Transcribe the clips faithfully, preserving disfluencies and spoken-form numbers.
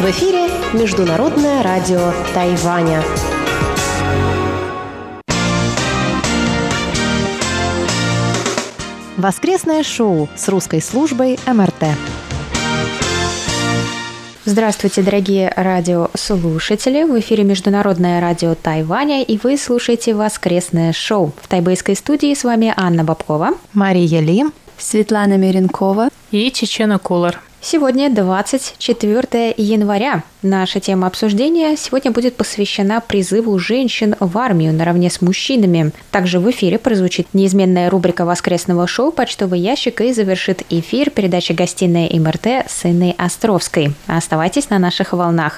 В эфире Международное радио Тайваня. Воскресное шоу с русской службой эм эр тэ. Здравствуйте, дорогие радиослушатели! В эфире Международное радио Тайваня, и вы слушаете воскресное шоу. В тайбэйской студии с вами Анна Бабкова, Мария Ли, Светлана Меренкова и Чечена Кулар. Сегодня двадцать четвёртое января. Наша тема обсуждения сегодня будет посвящена призыву женщин в армию наравне с мужчинами. Также в эфире прозвучит неизменная рубрика воскресного шоу «Почтовый ящик» и завершит эфир передача «Гостиная эм эр тэ» с Инной Островской. Оставайтесь на наших волнах.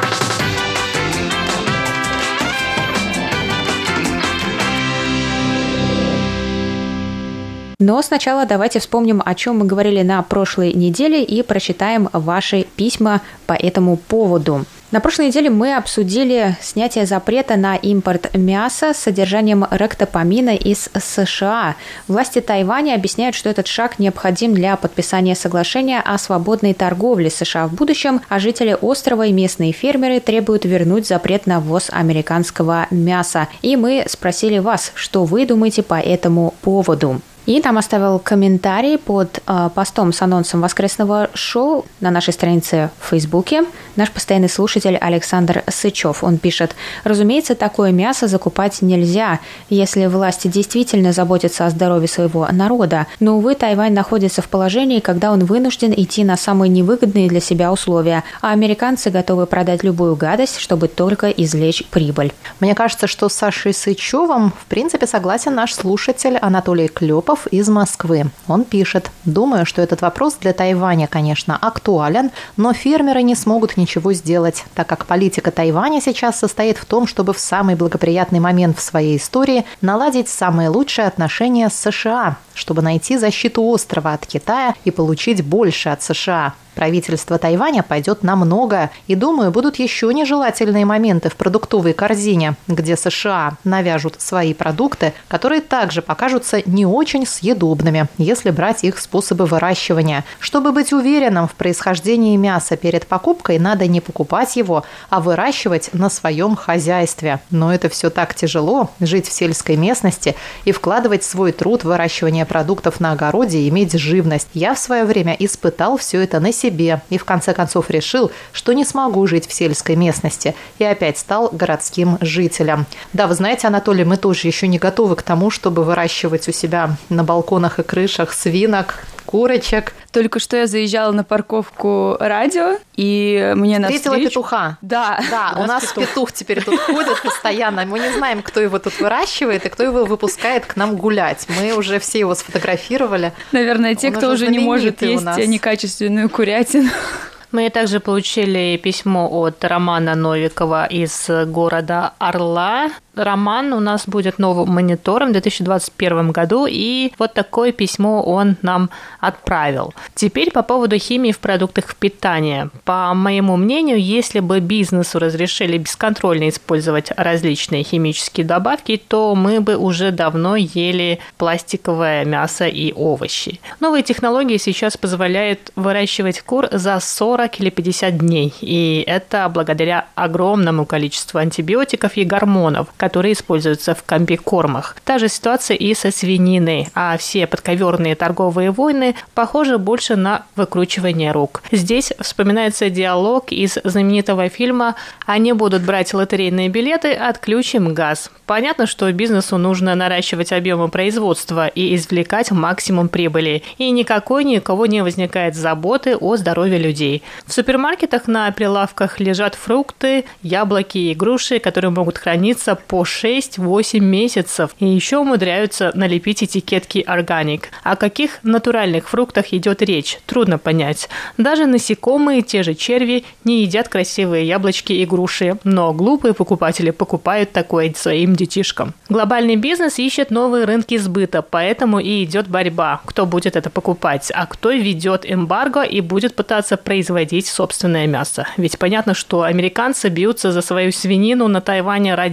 Но сначала давайте вспомним, о чем мы говорили на прошлой неделе, и прочитаем ваши письма по этому поводу. На прошлой неделе мы обсудили снятие запрета на импорт мяса с содержанием ректопамина из США. Власти Тайваня объясняют, что этот шаг необходим для подписания соглашения о свободной торговле с США в будущем, а жители острова и местные фермеры требуют вернуть запрет на ввоз американского мяса. И мы спросили вас, что вы думаете по этому поводу. И там оставил комментарий под э, постом с анонсом воскресного шоу на нашей странице в Фейсбуке наш постоянный слушатель Александр Сычев. Он пишет: «Разумеется, такое мясо закупать нельзя, если власти действительно заботятся о здоровье своего народа. Но, увы, Тайвань находится в положении, когда он вынужден идти на самые невыгодные для себя условия, а американцы готовы продать любую гадость, чтобы только извлечь прибыль». Мне кажется, что с Сашей Сычевым в принципе согласен наш слушатель Анатолий Клепов из Москвы. Он пишет: «Думаю, что этот вопрос для Тайваня, конечно, актуален, но фермеры не смогут ничего сделать, так как политика Тайваня сейчас состоит в том, чтобы в самый благоприятный момент в своей истории наладить самые лучшие отношения с США, чтобы найти защиту острова от Китая и получить больше от США. Правительство Тайваня пойдет на многое, и, думаю, будут еще нежелательные моменты в продуктовой корзине, где США навяжут свои продукты, которые также покажутся не очень съедобными, если брать их способы выращивания. Чтобы быть уверенным в происхождении мяса перед покупкой, надо не покупать его, а выращивать на своем хозяйстве. Но это все так тяжело – жить в сельской местности и вкладывать свой труд в выращивание продуктов на огороде и иметь живность. Я в свое время испытал все это на себе и в конце концов решил, что не смогу жить в сельской местности, и опять стал городским жителем». Да, вы знаете, Анатолий, мы тоже еще не готовы к тому, чтобы выращивать у себя на балконах и крышах свинок, курочек. Только что я заезжала на парковку радио, и мне навстречу... Встретила петуха. Да. Да, у нас петух. петух теперь тут ходит постоянно. Мы не знаем, кто его тут выращивает и кто его выпускает к нам гулять. Мы уже все его сфотографировали. Наверное, те, Он кто уже не может есть некачественную курятину. Мы также получили письмо от Романа Новикова из города Орла. Роман у нас будет новым монитором в две тысячи двадцать первом году, и вот такое письмо он нам отправил. Теперь по поводу химии в продуктах питания. По моему мнению, если бы бизнесу разрешили бесконтрольно использовать различные химические добавки, то мы бы уже давно ели пластиковое мясо и овощи. Новые технологии сейчас позволяют выращивать кур за сорок или пятьдесят дней, и это благодаря огромному количеству антибиотиков и гормонов, которые используются в комбикормах. Та же ситуация и со свининой, а все подковерные торговые войны похожи больше на выкручивание рук. Здесь вспоминается диалог из знаменитого фильма «Они будут брать лотерейные билеты, отключим газ». Понятно, что бизнесу нужно наращивать объемы производства и извлекать максимум прибыли, и никакой ни у кого не возникает заботы о здоровье людей. В супермаркетах на прилавках лежат фрукты, яблоки и груши, которые могут храниться по шесть-восемь месяцев, и еще умудряются налепить этикетки «Органик». О каких натуральных фруктах идет речь, трудно понять. Даже насекомые, те же черви, не едят красивые яблочки и груши, но глупые покупатели покупают такое своим детишкам. Глобальный бизнес ищет новые рынки сбыта, поэтому и идет борьба, кто будет это покупать, а кто ведет эмбарго и будет пытаться производить собственное мясо. Ведь понятно, что американцы бьются за свою свинину на Тайване ради рынка,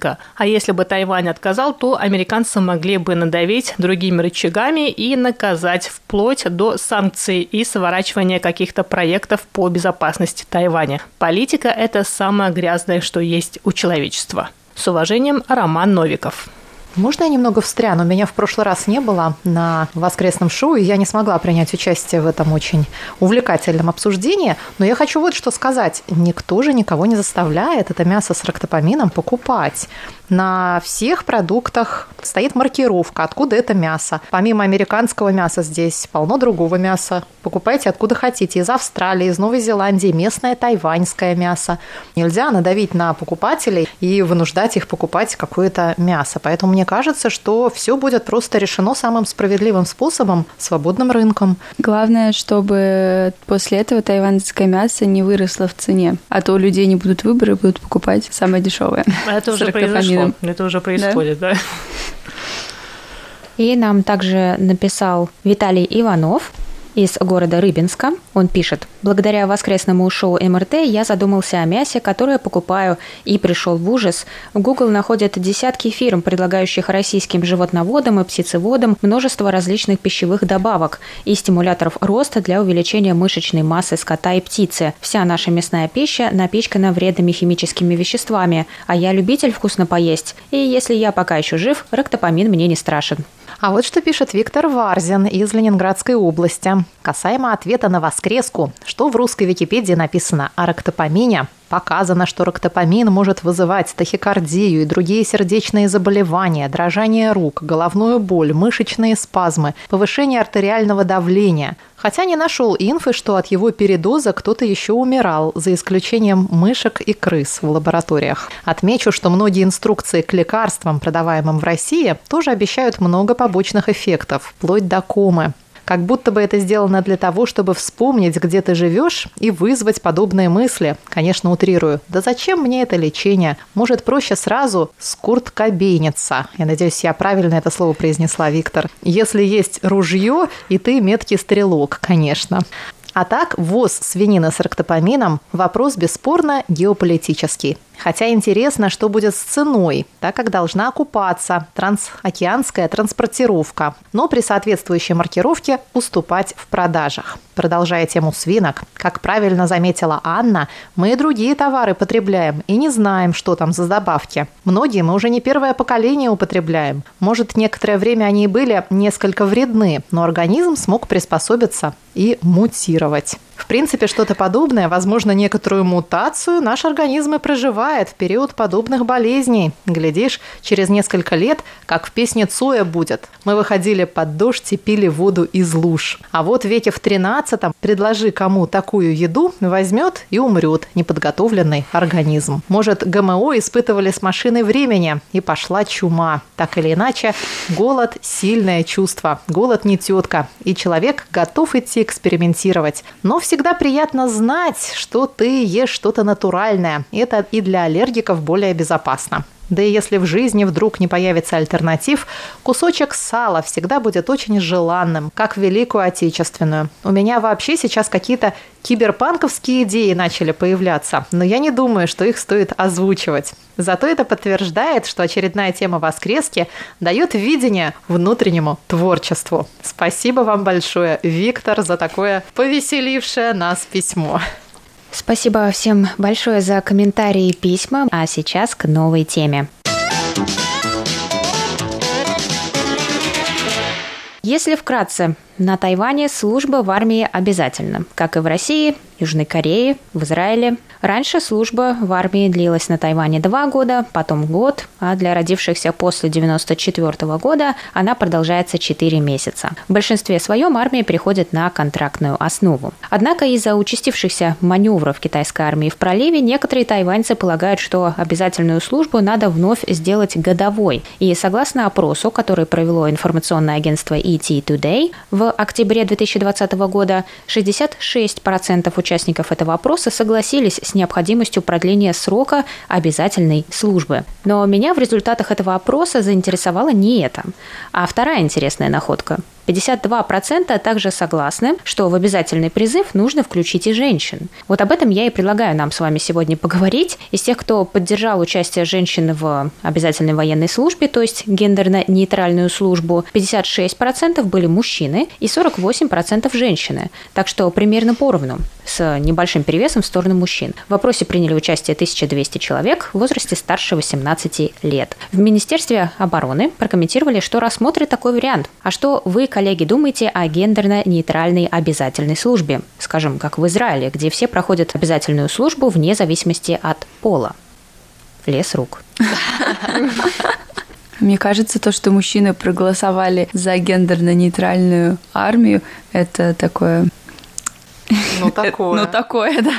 политика. А если бы Тайвань отказал, то американцы могли бы надавить другими рычагами и наказать вплоть до санкций и сворачивания каких-то проектов по безопасности Тайваня. Политика – это самое грязное, что есть у человечества. С уважением, Роман Новиков. Можно я немного встряну? Меня в прошлый раз не было на воскресном шоу, и я не смогла принять участие в этом очень увлекательном обсуждении. Но я хочу вот что сказать. Никто же никого не заставляет это мясо с рактопамином покупать. На всех продуктах стоит маркировка, откуда это мясо. Помимо американского мяса здесь полно другого мяса. Покупайте откуда хотите. Из Австралии, из Новой Зеландии, местное тайваньское мясо. Нельзя надавить на покупателей и вынуждать их покупать какое-то мясо. Поэтому мне кажется, что все будет просто решено самым справедливым способом – свободным рынком. Главное, чтобы после этого тайваньское мясо не выросло в цене. А то у людей не будут выбора и будут покупать самое дешевое. Это уже произошло. Это уже происходит, да? да? И нам также написал Виталий Иванов из города Рыбинска. Он пишет: «Благодаря воскресному шоу эм эр тэ я задумался о мясе, которое покупаю, и пришел в ужас. В Google находят десятки фирм, предлагающих российским животноводам и птицеводам множество различных пищевых добавок и стимуляторов роста для увеличения мышечной массы скота и птицы. Вся наша мясная пища напичкана вредными химическими веществами, а я любитель вкусно поесть, и если я пока еще жив, рактопамин мне не страшен». А вот что пишет Виктор Варзин из Ленинградской области. Касаемо ответа на воскреску, что в русской Википедии написано о рактопамине. Показано, что рактопамин может вызывать тахикардию и другие сердечные заболевания, дрожание рук, головную боль, мышечные спазмы, повышение артериального давления. Хотя не нашел инфы, что от его передоза кто-то еще умирал, за исключением мышек и крыс в лабораториях. Отмечу, что многие инструкции к лекарствам, продаваемым в России, тоже обещают много побочных эффектов, вплоть до комы. Как будто бы это сделано для того, чтобы вспомнить, где ты живешь, и вызвать подобные мысли. Конечно, утрирую. Да зачем мне это лечение? Может, проще сразу скурткобейниться. Я надеюсь, я правильно это слово произнесла, Виктор. Если есть ружье, и ты меткий стрелок, конечно. А так, ввоз свинины с рактопамином – вопрос бесспорно геополитический. Хотя интересно, что будет с ценой, так как должна окупаться трансокеанская транспортировка, но при соответствующей маркировке уступать в продажах. Продолжая тему свинок, как правильно заметила Анна, мы и другие товары потребляем и не знаем, что там за добавки. Многие мы уже не первое поколение употребляем. Может, некоторое время они и были несколько вредны, но организм смог приспособиться и мутировать. В принципе, что-то подобное, возможно, некоторую мутацию наш организм и проживает в период подобных болезней. Глядишь, через несколько лет, как в песне Цоя будет. Мы выходили под дождь и пили воду из луж. А вот в веке в тринадцатом предложи кому такую еду, возьмет и умрет неподготовленный организм. Может, ГМО испытывали с машиной времени, и пошла чума. Так или иначе, голод – сильное чувство. Голод не тетка, и человек готов идти экспериментировать. Но всегда приятно знать, что ты ешь что-то натуральное. Это и для аллергиков более безопасно. Да и если в жизни вдруг не появится альтернатив, кусочек сала всегда будет очень желанным, как в Великую Отечественную. У меня вообще сейчас какие-то киберпанковские идеи начали появляться, но я не думаю, что их стоит озвучивать. Зато это подтверждает, что очередная тема воскрески дает видение внутреннему творчеству. Спасибо вам большое, Виктор, за такое повеселившее нас письмо. Спасибо всем большое за комментарии и письма. А сейчас к новой теме. Если вкратце, на Тайване служба в армии обязательна, как и в России, Южной Корее, в Израиле. Раньше служба в армии длилась на Тайване два года, потом год, а для родившихся после девяносто четвёртого года она продолжается четыре месяца. В большинстве своем армия переходит на контрактную основу. Однако из-за участившихся маневров китайской армии в проливе некоторые тайваньцы полагают, что обязательную службу надо вновь сделать годовой. И согласно опросу, который провело информационное агентство и ти Today, в октябре две тысячи двадцатого года шестьдесят шесть процентов участников этого опроса согласились с необходимостью продления срока обязательной службы. Но меня в результатах этого опроса заинтересовало не это, а вторая интересная находка. пятьдесят два процента также согласны, что в обязательный призыв нужно включить и женщин. Вот об этом я и предлагаю нам с вами сегодня поговорить. Из тех, кто поддержал участие женщин в обязательной военной службе, то есть гендерно-нейтральную службу, пятьдесят шесть процентов были мужчины и сорок восемь процентов женщины. Так что примерно поровну, с небольшим перевесом в сторону мужчин. В вопросе приняли участие тысяча двести человек в возрасте старше восемнадцати лет. В Министерстве обороны прокомментировали, что рассмотрят такой вариант. А что вы, коллеги, думаете о гендерно-нейтральной обязательной службе? Скажем, как в Израиле, где все проходят обязательную службу вне зависимости от пола. Лес рук. Мне кажется, то, что мужчины проголосовали за гендерно-нейтральную армию, это такое... Ну, такое. Ну, такое, да.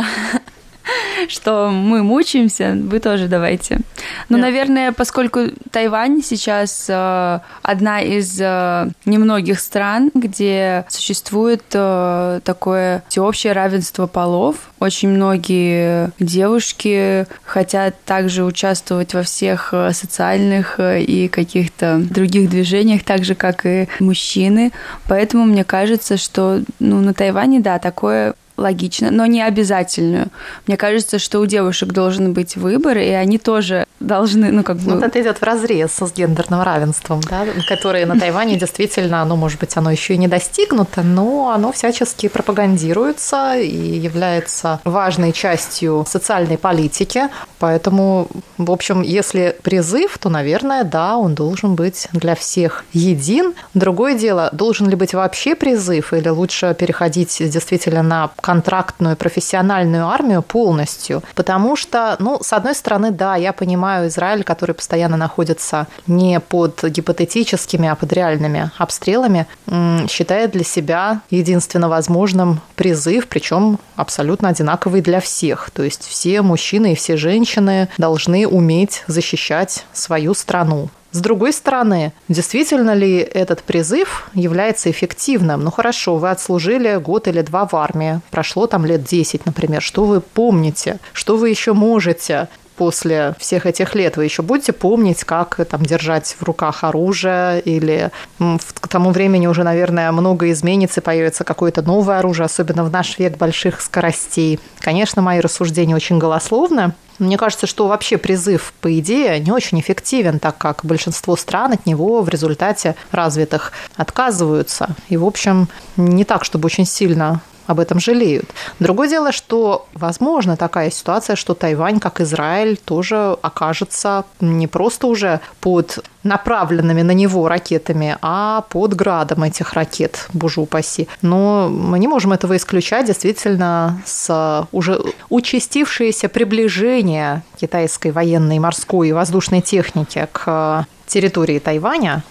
Что мы мучаемся, вы тоже давайте. Ну, yeah. наверное, поскольку Тайвань сейчас э, одна из э, немногих стран, где существует э, такое всеобщее равенство полов, очень многие девушки хотят также участвовать во всех социальных и каких-то других движениях, так же, как и мужчины. Поэтому мне кажется, что ну, на Тайване, да, такое... логично, но не обязательную. Мне кажется, что у девушек должен быть выбор, и они тоже должны, ну, как бы... Вот это идет вразрез с гендерным равенством, да, которое на Тайване действительно, ну, может быть, оно еще и не достигнуто, но оно всячески пропагандируется и является важной частью социальной политики. Поэтому, в общем, если призыв, то, наверное, да, он должен быть для всех един. Другое дело, должен ли быть вообще призыв, или лучше переходить действительно на контрактную профессиональную армию полностью, потому что, ну, с одной стороны, да, я понимаю Израиль, который постоянно находится не под гипотетическими, а под реальными обстрелами, считает для себя единственно возможным призыв, причем абсолютно одинаковый для всех. То есть все мужчины и все женщины должны уметь защищать свою страну. С другой стороны, действительно ли этот призыв является эффективным? Ну хорошо, вы отслужили год или два в армии, прошло там лет десять, например. Что вы помните? Что вы еще можете после всех этих лет? Вы еще будете помнить, как там держать в руках оружие, или к тому времени уже, наверное, много изменится, появится какое-то новое оружие, особенно в наш век больших скоростей. Конечно, мои рассуждения очень голословны. Мне кажется, что вообще призыв, по идее, не очень эффективен, так как большинство стран от него в результате развитых отказываются. И, в общем, не так, чтобы очень сильно об этом жалеют. Другое дело, что возможно такая ситуация, что Тайвань, как Израиль, тоже окажется не просто уже под направленными на него ракетами, а под градом этих ракет, боже упаси. Но мы не можем этого исключать. Действительно, с уже участившееся приближение китайской военной, морской и воздушной техники к территории Тайваня,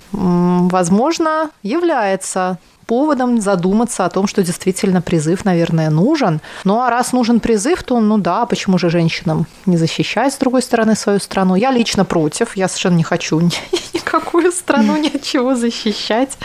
возможно, является поводом задуматься о том, что действительно призыв, наверное, нужен. Ну, а раз нужен призыв, то, ну да, почему же женщинам не защищать, с другой стороны, свою страну? Я лично против, я совершенно не хочу никакую страну ни от чего защищать.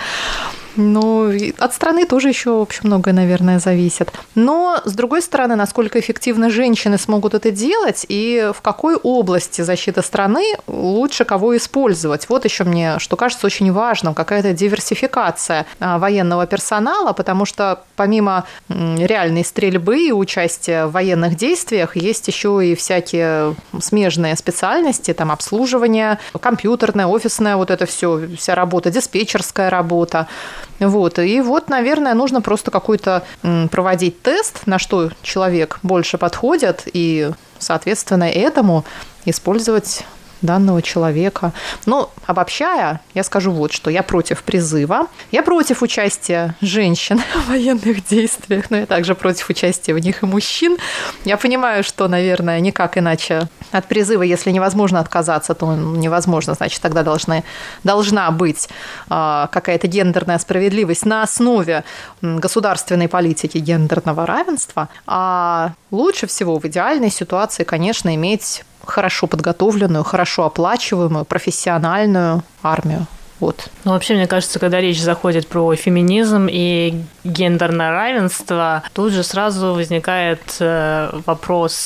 Ну, от страны тоже еще, в общем, многое, наверное, зависит. Но, с другой стороны, насколько эффективно женщины смогут это делать и в какой области защиты страны лучше кого использовать. Вот еще мне, что кажется очень важным, какая-то диверсификация военного персонала, потому что помимо реальной стрельбы и участия в военных действиях есть еще и всякие смежные специальности, там обслуживание, компьютерная, офисная, вот это все, вся работа, диспетчерская работа. Вот. И вот, наверное, нужно просто какой-то проводить тест, на что человек больше подходит, и, соответственно, этому использовать данного человека. Но, обобщая, я скажу вот что. Я против призыва, я против участия женщин в военных действиях, но я также против участия в них и мужчин. Я понимаю, что, наверное, никак иначе от призыва, если невозможно отказаться, то невозможно, значит, тогда должны, должна быть э, какая-то гендерная справедливость на основе государственной политики гендерного равенства. А лучше всего в идеальной ситуации, конечно, иметь хорошо подготовленную, хорошо оплачиваемую, профессиональную армию. Вот. Ну, вообще, мне кажется, когда речь заходит про феминизм и гендерное равенство, тут же сразу возникает вопрос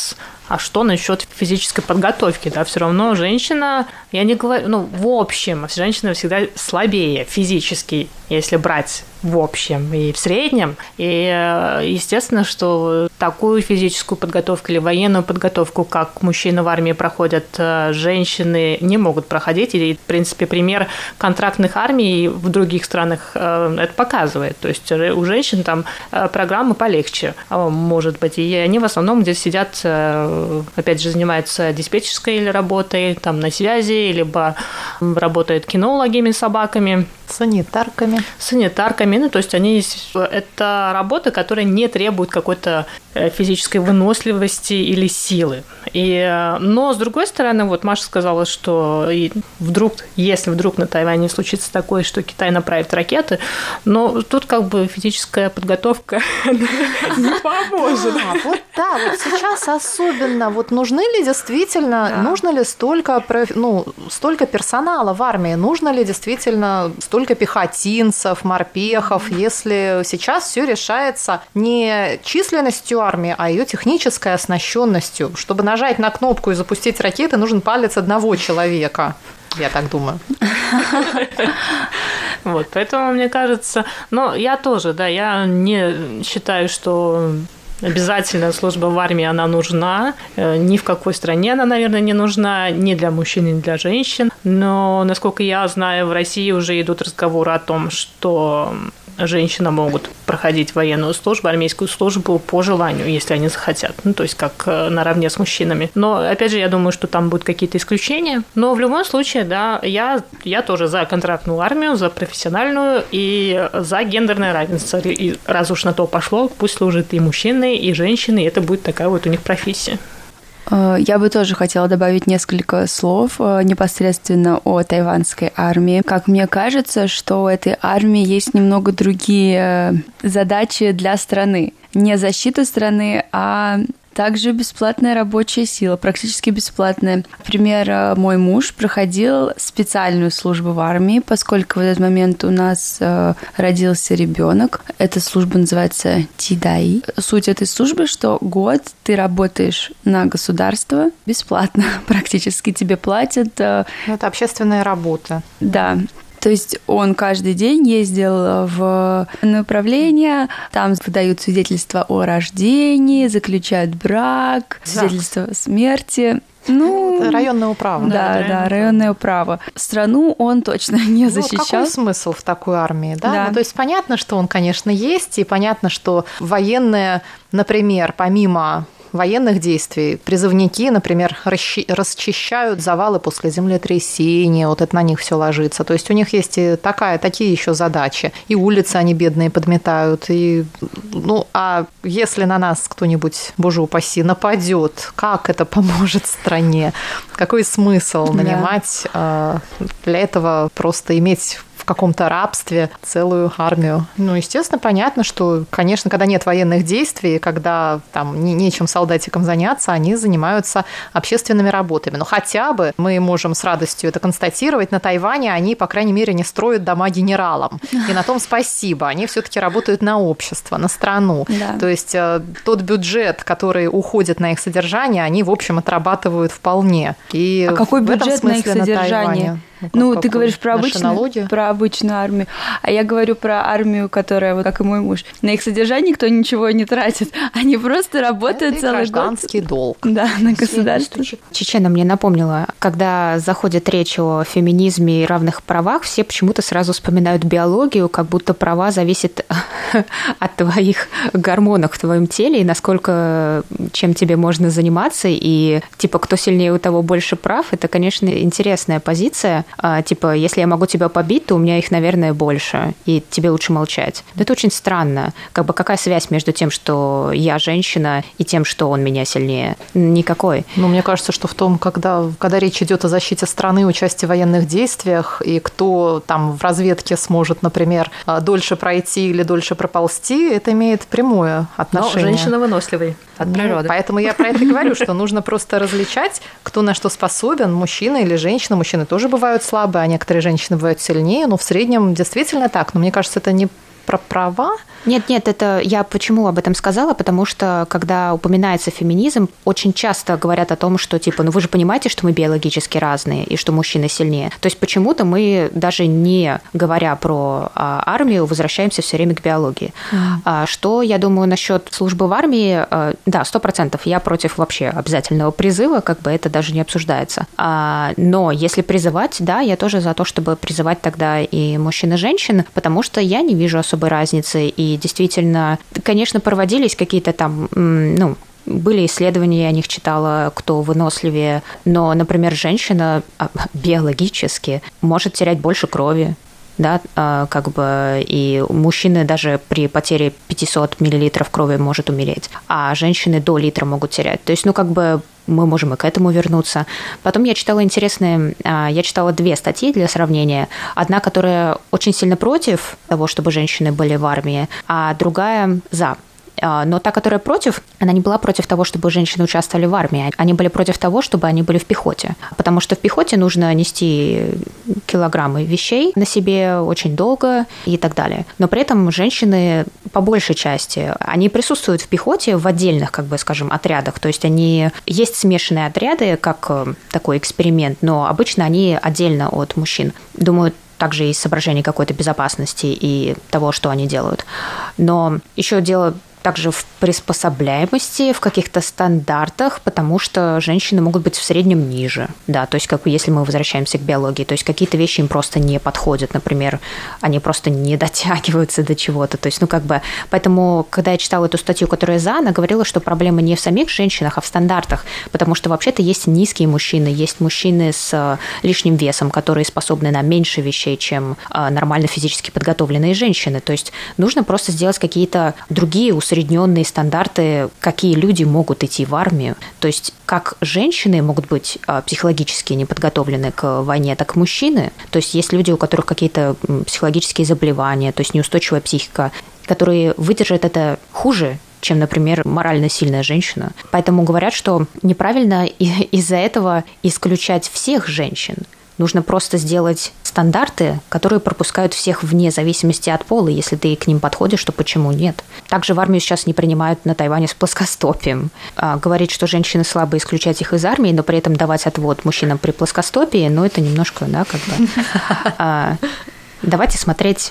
А что насчет физической подготовки? Да, все равно женщина, я не говорю, ну, в общем, женщина всегда слабее физически, если брать в общем и в среднем. И естественно, что такую физическую подготовку или военную подготовку, как мужчины в армии проходят, женщины не могут проходить. И, в принципе, пример контрактных армий в других странах это показывает. То есть у женщин там программы полегче, может быть. И они в основном здесь сидят, опять же, занимаются диспетчерской работой, там на связи, либо работают кинологами, собаками. Санитарками. Санитарками. Ну, то есть они это работы, которые не требуют какой-то физической выносливости или силы. И, но, с другой стороны, вот Маша сказала, что и вдруг, если вдруг на Тайване случится такое, что Китай направит ракеты, но тут как бы физическая подготовка не поможет. Вот да, вот сейчас особенно, вот нужны ли действительно, нужно ли столько, ну, столько персонала в армии, нужно ли действительно столько пехотинцев, морпехов, если сейчас все решается не численностью армии, а ее технической оснащенностью. Чтобы нажать на кнопку и запустить ракеты, нужен палец одного человека. Я так думаю. Вот, поэтому, мне кажется, но я тоже, да, я не считаю, что обязательно служба в армии, она нужна. Ни в какой стране она, наверное, не нужна, ни для мужчин, ни для женщин. Но, насколько я знаю, в России уже идут разговоры о том, что женщины могут проходить военную службу, армейскую службу по желанию, если они захотят. Ну, то есть как наравне с мужчинами. Но, опять же, я думаю, что там будут какие-то исключения. Но в любом случае, да, я, я тоже за контрактную армию, за профессиональную и за гендерное равенство. И раз уж на то пошло, пусть служат и мужчины, и женщины, и это будет такая вот у них профессия. Я бы тоже хотела добавить несколько слов непосредственно о тайваньской армии. Как мне кажется, что у этой армии есть немного другие задачи для страны. Не защита страны, а также бесплатная рабочая сила, практически бесплатная. Например, мой муж проходил специальную службу в армии, поскольку в этот момент у нас родился ребенок. Эта служба называется Тидай. Суть этой службы, что год ты работаешь на государство бесплатно, практически тебе платят. Это общественная работа. Да. То есть он каждый день ездил в направление, там выдают свидетельство о рождении, заключают брак, свидетельство о смерти. Ну, это районное управа. Да, да, да, районное управа. Страну он точно не защищал. Ну, какой смысл в такой армии, да? да. Ну, то есть понятно, что он, конечно, есть, и понятно, что военные, например, помимо военных действий призывники, например, расчищают завалы после землетрясения, вот это на них все ложится. То есть у них есть и такая, такие еще задачи. И улицы они бедные подметают. И, ну, а если на нас кто-нибудь, боже упаси, нападет, как это поможет стране? Какой смысл нанимать да. для этого просто иметь в каком-то рабстве целую армию? Ну, естественно, понятно, что, конечно, когда нет военных действий, когда там не, нечем солдатикам заняться, они занимаются общественными работами. Но хотя бы мы можем с радостью это констатировать, на Тайване они, по крайней мере, не строят дома генералам. И на том спасибо. Они все-таки работают на общество, на страну. Да. То есть тот бюджет, который уходит на их содержание, они, в общем, отрабатывают вполне. И а какой бюджет на их содержание? На Ну, ну ты говоришь про обычную, про обычную армию, а я говорю про армию, которая, вот как и мой муж, на их содержание никто ничего не тратит, они просто работают это целый гражданский год. долг. Да, на государство. Чечена мне напомнила, когда заходит речь о феминизме и равных правах, все почему-то сразу вспоминают биологию, как будто права зависят от твоих гормонов в твоем теле, и насколько, чем тебе можно заниматься, и типа кто сильнее, у того больше прав. Это, конечно, интересная позиция. А, типа, если я могу тебя побить, то у меня их, наверное, больше, и тебе лучше молчать. Но это очень странно. Как бы какая связь между тем, что я женщина, и тем, что он меня сильнее? Никакой. Ну, мне кажется, что в том, когда, когда речь идет о защите страны, участии в военных действиях, и кто там в разведке сможет, например, дольше пройти или дольше проползти, это имеет прямое отношение. Но женщина выносливый от природы. Ну, поэтому я про это и говорю, что нужно просто различать, кто на что способен, мужчина или женщина. Мужчины тоже бывают слабые, а некоторые женщины бывают сильнее, но в среднем действительно так. Но мне кажется, это не про права? Нет, нет, это я почему об этом сказала, потому что когда упоминается феминизм, очень часто говорят о том, что типа, ну вы же понимаете, что мы биологически разные и что мужчины сильнее. То есть почему-то мы даже не говоря про а, армию, возвращаемся все время к биологии. Mm. А, что я думаю насчет службы в армии? А, да, сто процентов. Я против вообще обязательного призыва, как бы это даже не обсуждается. А, но если призывать, да, я тоже за то, чтобы призывать тогда и мужчин, и женщин, потому что я не вижу особой разницы. И действительно, конечно, проводились какие-то там, ну, были исследования, я о них читала, кто выносливее, но, например, женщина биологически может терять больше крови, да, как бы, и мужчины даже при потере пятьсот миллилитров крови может умереть, а женщины до литра могут терять. То есть, ну, как бы мы можем и к этому вернуться. Потом я читала интересные, я читала две статьи для сравнения. Одна, которая очень сильно против того, чтобы женщины были в армии, а другая за. Но та, которая против, она не была против того, чтобы женщины участвовали в армии. Они были против того, чтобы они были в пехоте. Потому что в пехоте нужно нести килограммы вещей на себе очень долго и так далее. Но при этом женщины, по большей части, они присутствуют в пехоте в отдельных, как бы, скажем, отрядах. То есть они есть смешанные отряды, как такой эксперимент, но обычно они отдельно от мужчин. Думаю, также из соображений какой-то безопасности и того, что они делают. Но еще дело также в приспособляемости, в каких-то стандартах, потому что женщины могут быть в среднем ниже. Да, то есть, как если мы возвращаемся к биологии, то есть какие-то вещи им просто не подходят, например, они просто не дотягиваются до чего-то. То есть, ну, как бы, поэтому, когда я читала эту статью, которая за, она говорила, что проблема не в самих женщинах, а в стандартах, потому что вообще-то есть низкие мужчины, есть мужчины с лишним весом, которые способны на меньше вещей, чем нормально физически подготовленные женщины. То есть, нужно просто сделать какие-то другие усредненные усредненные стандарты, какие люди могут идти в армию. То есть как женщины могут быть психологически не подготовлены к войне, так и мужчины. То есть есть люди, у которых какие-то психологические заболевания, то есть неустойчивая психика, которые выдержат это хуже, чем, например, морально сильная женщина. Поэтому говорят, что неправильно из-за этого исключать всех женщин. Нужно просто сделать стандарты, которые пропускают всех вне зависимости от пола. Если ты к ним подходишь, то почему нет? Также в армию сейчас не принимают на Тайване с плоскостопием. А, говорить, что женщины слабы, исключать их из армии, но при этом давать отвод мужчинам при плоскостопии, ну, это немножко, да, как бы... Давайте смотреть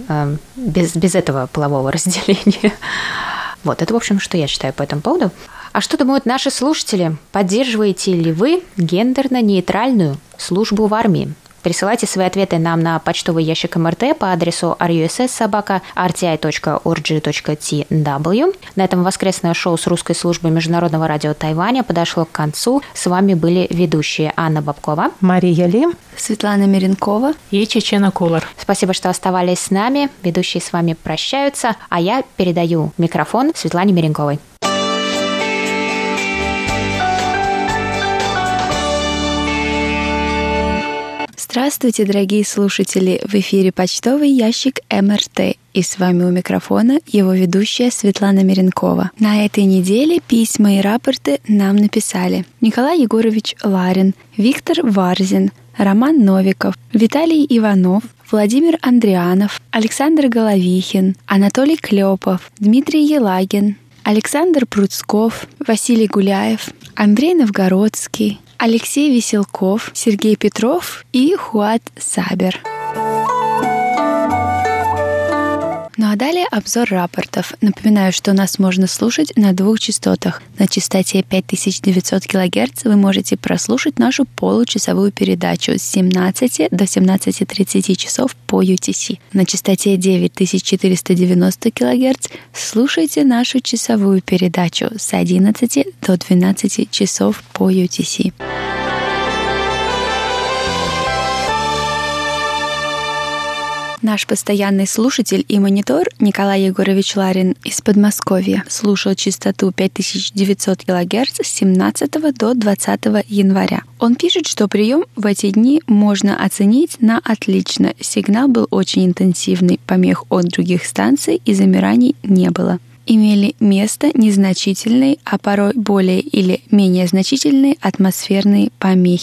без, без этого полового разделения. Вот, это, в общем, что я считаю по этому поводу. А что думают наши слушатели? Поддерживаете ли вы гендерно-нейтральную службу в армии? Присылайте свои ответы нам на почтовый ящик МРТ по адресу ар ю эс эс собака эр ти ай точка ор джи точка ти дабл ю. На этом воскресное шоу с русской службой Международного радио Тайваня подошло к концу. С вами были ведущие Анна Бабкова, Мария Ли, Светлана Миренкова и Чечена Кулар. Спасибо, что оставались с нами. Ведущие с вами прощаются, а я передаю микрофон Светлане Миренковой. Здравствуйте, дорогие слушатели! В эфире почтовый ящик МРТ. И с вами у микрофона его ведущая Светлана Миренкова. На этой неделе письма и рапорты нам написали Николай Егорович Ларин, Виктор Варзин, Роман Новиков, Виталий Иванов, Владимир Андрианов, Александр Головихин, Анатолий Клепов, Дмитрий Елагин, Александр Пруцков, Василий Гуляев, Андрей Новгородский, Алексей Веселков, Сергей Петров и Хуат Сабер. Ну а далее обзор рапортов. Напоминаю, что нас можно слушать на двух частотах. На частоте пять тысяч девятьсот килогерц вы можете прослушать нашу получасовую передачу с семнадцати до семнадцати тридцати часов по ю ти си. На частоте девять тысяч четыреста девяносто килогерц слушайте нашу часовую передачу с одиннадцати до двенадцати часов по ю ти си. Наш постоянный слушатель и монитор Николай Егорович Ларин из Подмосковья слушал частоту пять тысяч девятьсот килогерц с семнадцатого до двадцатого января. Он пишет, что прием в эти дни можно оценить на отлично. Сигнал был очень интенсивный, помех от других станций и замираний не было. Имели место незначительные, а порой более или менее значительные атмосферные помехи.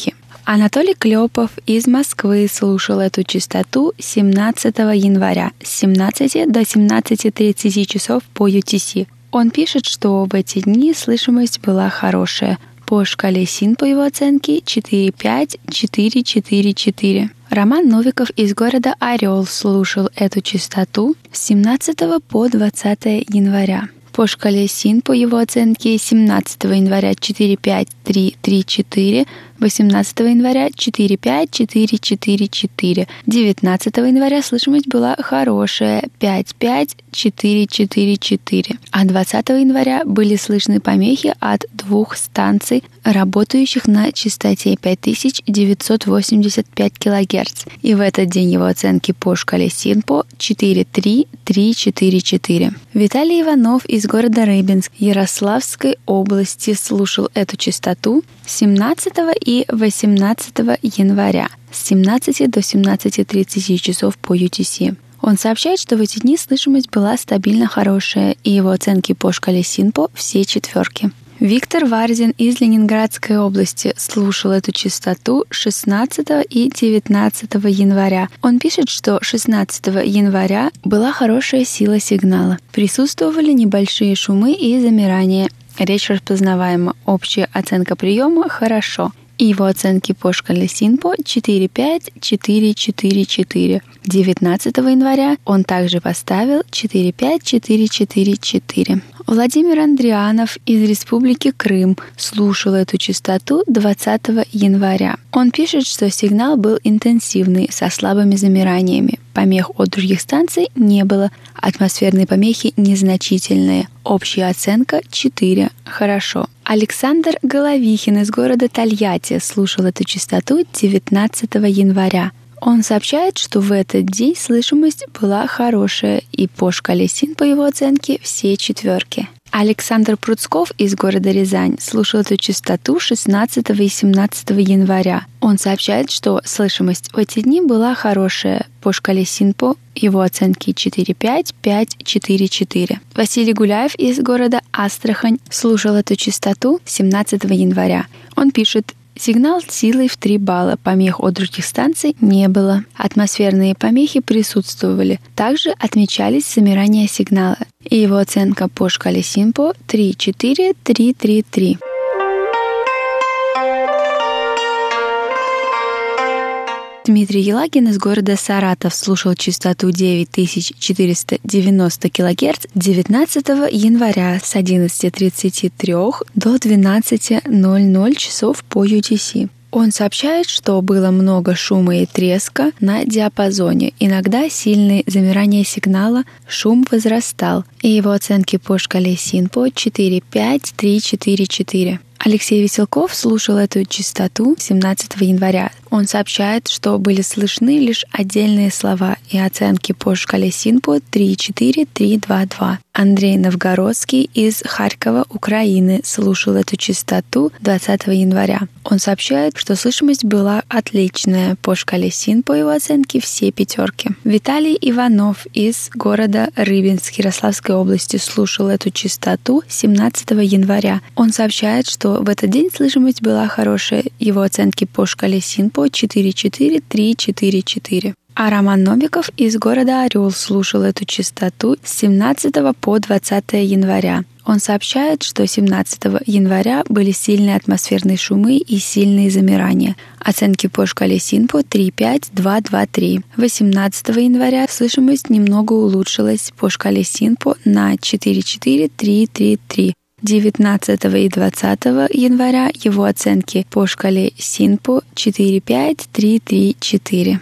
Анатолий Клёпов из Москвы слушал эту частоту семнадцатого января с семнадцати до семнадцати тридцати часов по ю ти си. Он пишет, что в эти дни слышимость была хорошая. По шкале СИН, по его оценке, четыре пять четыре четыре четыре. Роман Новиков из города Орел слушал эту частоту с семнадцатого по двадцатое января. По шкале СИН, по его оценке, семнадцатого января четыре пять три три четыре, восемнадцатого января четыре пять четыре четыре четыре, девятнадцатого января слышимость была хорошая пять пять четыре четыре четыре, а двадцатого января были слышны помехи от двух станций, работающих на частоте пять тысяч девятьсот восемьдесят пять килогерц, и в этот день его оценки по шкале СИНПО четыре три три четыре четыре. Виталий Иванов из города Рыбинск Ярославской области слушал эту частоту семнадцатого и восемнадцатого января с семнадцати до семнадцати тридцати часов по ю ти си. Он сообщает, что в эти дни слышимость была стабильно хорошая, и его оценки по шкале СИНПО все четверки. Виктор Варзин из Ленинградской области слушал эту частоту шестнадцатого и девятнадцатого января. Он пишет, что шестнадцатого января была хорошая сила сигнала. Присутствовали небольшие шумы и замирания. Речь распознаваема. Общая оценка приема «хорошо». И его оценки по шкале СИНПО четыре пять четыре четыре четыре. девятнадцатого января он также поставил четыре пять четыре четыре четыре. Владимир Андрианов из Республики Крым слушал эту частоту двадцатого января. Он пишет, что сигнал был интенсивный, со слабыми замираниями. Помех от других станций не было, атмосферные помехи незначительные. Общая оценка четыре. Хорошо. Александр Головихин из города Тольятти слушал эту частоту девятнадцатого января. Он сообщает, что в этот день слышимость была хорошая, и по шкале СИН, по его оценке, все четверки. Александр Пруцков из города Рязань слушал эту частоту шестнадцатого и семнадцатого января. Он сообщает, что слышимость в эти дни была хорошая. По шкале СИНПО его оценки четыре пять пять четыре четыре. Василий Гуляев из города Астрахань слушал эту частоту семнадцатого января. Он пишет: сигнал силой в три балла, помех от других станций не было. Атмосферные помехи присутствовали. Также отмечались замирания сигнала. И его оценка по шкале СИНПО три четыре три три три. Дмитрий Елагин из города Саратов слушал частоту девять тысяч четыреста девяносто килогерц девятнадцатого января с одиннадцати тридцати трёх до двенадцати ноль-ноль часов по ю ти си. Он сообщает, что было много шума и треска на диапазоне, иногда сильные замирания сигнала, шум возрастал, и его оценки по шкале СИНПО четыре пять три четыре четыре. Алексей Веселков слушал эту частоту семнадцатого января. Он сообщает, что были слышны лишь отдельные слова, и оценки по шкале СИНПО три четыре три два два. Андрей Новгородский из Харькова, Украины, слушал эту частоту двадцатого января. Он сообщает, что слышимость была отличная. По шкале СИН, по его оценке, все пятерки. Виталий Иванов из города Рыбинск Ярославской области слушал эту частоту семнадцатого января. Он сообщает, что в этот день слышимость была хорошая. Его оценки по шкале СИН по четыре четыре три четыре четыре. А Роман Новиков из города Орел слушал эту частоту с семнадцатого по двадцатое января. Он сообщает, что семнадцатого января были сильные атмосферные шумы и сильные замирания. Оценки по шкале СИНПО три пять два два три. восемнадцатого января слышимость немного улучшилась по шкале СИНПО на четыре четыре три три три. девятнадцатого и двадцатого января его оценки по шкале СИНПО четыре пять три три четыре.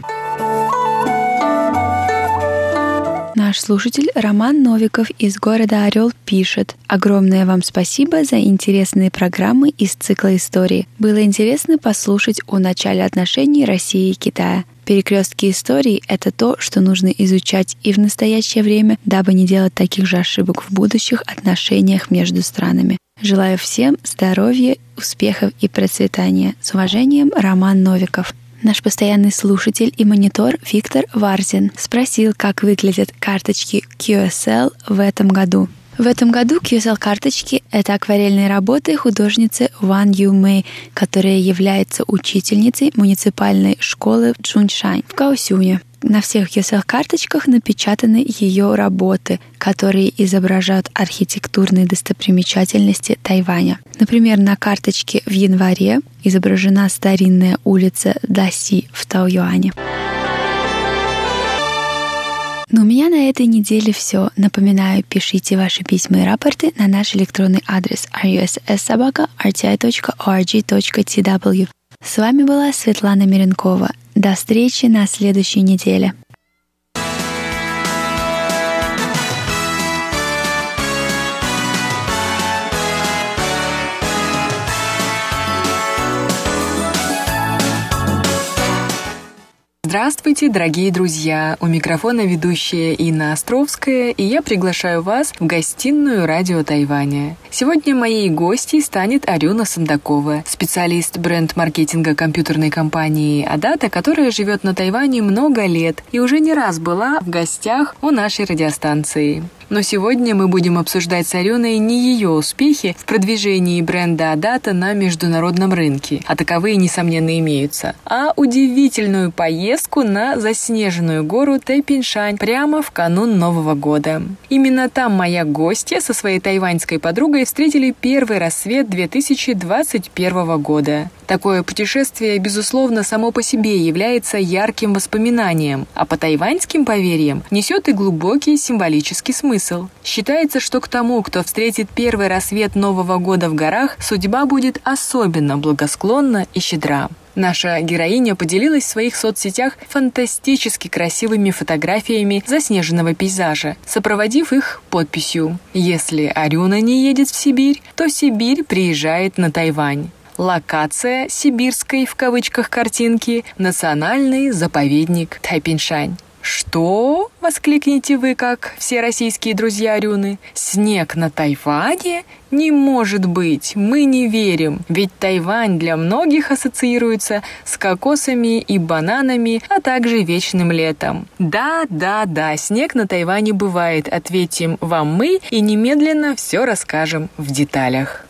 Наш слушатель Роман Новиков из города Орел пишет: огромное вам спасибо за интересные программы из цикла истории. Было интересно послушать о начале отношений России и Китая. Перекрестки истории — это то, что нужно изучать и в настоящее время, дабы не делать таких же ошибок в будущих отношениях между странами. Желаю всем здоровья, успехов и процветания. С уважением, Роман Новиков. Наш постоянный слушатель и монитор Виктор Варзин спросил, как выглядят карточки кью эс эл в этом году. В этом году кью эс эл-карточки — это акварельные работы художницы Ван Ю Мэй, которая является учительницей муниципальной школы в Чжуншань в Гаосюне. На всех кью эс эл-карточках напечатаны ее работы, которые изображают архитектурные достопримечательности Тайваня. Например, на карточке в январе изображена старинная улица Даси в Таоюане. Но у меня на этой неделе все. Напоминаю, пишите ваши письма и рапорты на наш электронный адрес ар ю эс эс собака ар ти ай точка орг точка ти дабл ю. С вами была Светлана Миренкова. До встречи на следующей неделе. Здравствуйте, дорогие друзья! У микрофона ведущая Инна Островская, и я приглашаю вас в гостиную радио Тайваня. Сегодня моей гостьей станет Арюна Сандакова, специалист бренд-маркетинга компьютерной компании Адата, которая живет на Тайване много лет и уже не раз была в гостях у нашей радиостанции. Но сегодня мы будем обсуждать с Арюной не ее успехи в продвижении бренда Адата на международном рынке, а таковые, несомненно, имеются, а удивительную поездку на заснеженную гору Тайпиншань прямо в канун Нового года. Именно там моя гостья со своей тайваньской подругой встретили первый рассвет две тысячи двадцать первого года. Такое путешествие, безусловно, само по себе является ярким воспоминанием, а по тайваньским поверьям несет и глубокий символический смысл. Считается, что к тому, кто встретит первый рассвет Нового года в горах, судьба будет особенно благосклонна и щедра. Наша героиня поделилась в своих соцсетях фантастически красивыми фотографиями заснеженного пейзажа, сопроводив их подписью: «Если Арюна не едет в Сибирь, то Сибирь приезжает на Тайвань». Локация сибирской в кавычках картинки – национальный заповедник Тайпиншань. «Что?» – воскликнете вы, как все российские друзья Арюны. «Снег на Тайване? Не может быть! Мы не верим! Ведь Тайвань для многих ассоциируется с кокосами и бананами, а также вечным летом». «Да, да, да, снег на Тайване бывает», – ответим вам мы и немедленно все расскажем в деталях.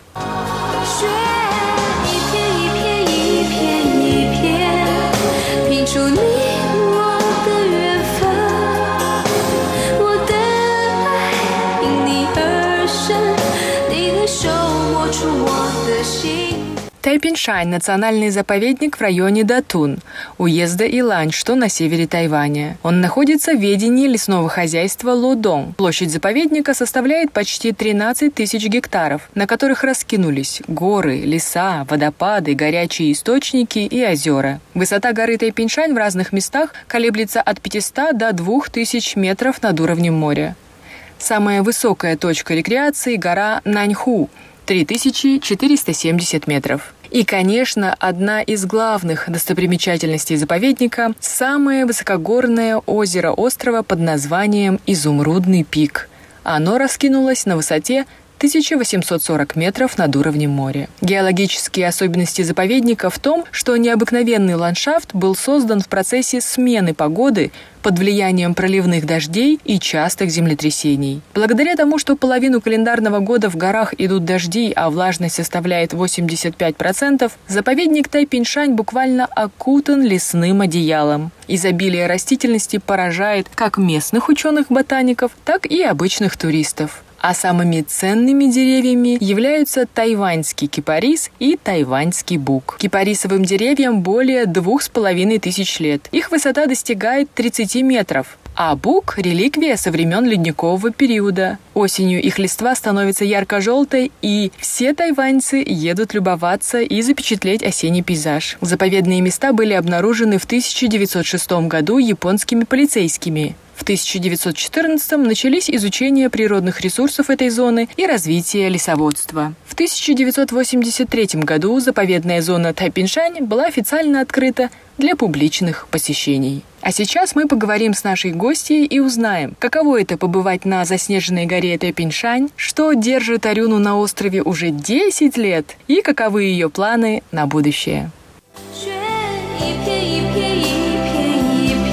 Тайпиншань – национальный заповедник в районе Датун, уезда Илань, что на севере Тайваня. Он находится в ведении лесного хозяйства Лодong. Площадь заповедника составляет почти тринадцать тысяч гектаров, на которых раскинулись горы, леса, водопады, горячие источники и озера. Высота горы Тайпиншань в разных местах колеблется от пятисот до двух тысяч метров над уровнем моря. Самая высокая точка рекреации – гора Наньху – три тысячи четыреста семьдесят метров. И, конечно, одна из главных достопримечательностей заповедника – самое высокогорное озеро острова под названием Изумрудный пик. Оно раскинулось на высоте тысяча восемьсот сорок метров над уровнем моря. Геологические особенности заповедника в том, что необыкновенный ландшафт был создан в процессе смены погоды под влиянием проливных дождей и частых землетрясений. Благодаря тому, что половину календарного года в горах идут дожди, а влажность составляет восемьдесят пять процентов, заповедник Тайпиншань буквально окутан лесным одеялом. Изобилие растительности поражает как местных ученых-ботаников, так и обычных туристов. А самыми ценными деревьями являются тайваньский кипарис и тайваньский бук. Кипарисовым деревьям более двух с половиной тысяч лет. Их высота достигает тридцати метров. А бук – реликвия со времен ледникового периода. Осенью их листва становится ярко-желтой, и все тайваньцы едут любоваться и запечатлеть осенний пейзаж. Заповедные места были обнаружены в тысяча девятьсот шестом году японскими полицейскими. В тысяча девятьсот четырнадцатом начались изучение природных ресурсов этой зоны и развитие лесоводства. В тысяча девятьсот восемьдесят третьем году заповедная зона Тайпиншань была официально открыта для публичных посещений. А сейчас мы поговорим с нашей гостьей и узнаем, каково это побывать на заснеженной горе Тайпиншань, что держит Арюну на острове уже десять лет и каковы ее планы на будущее.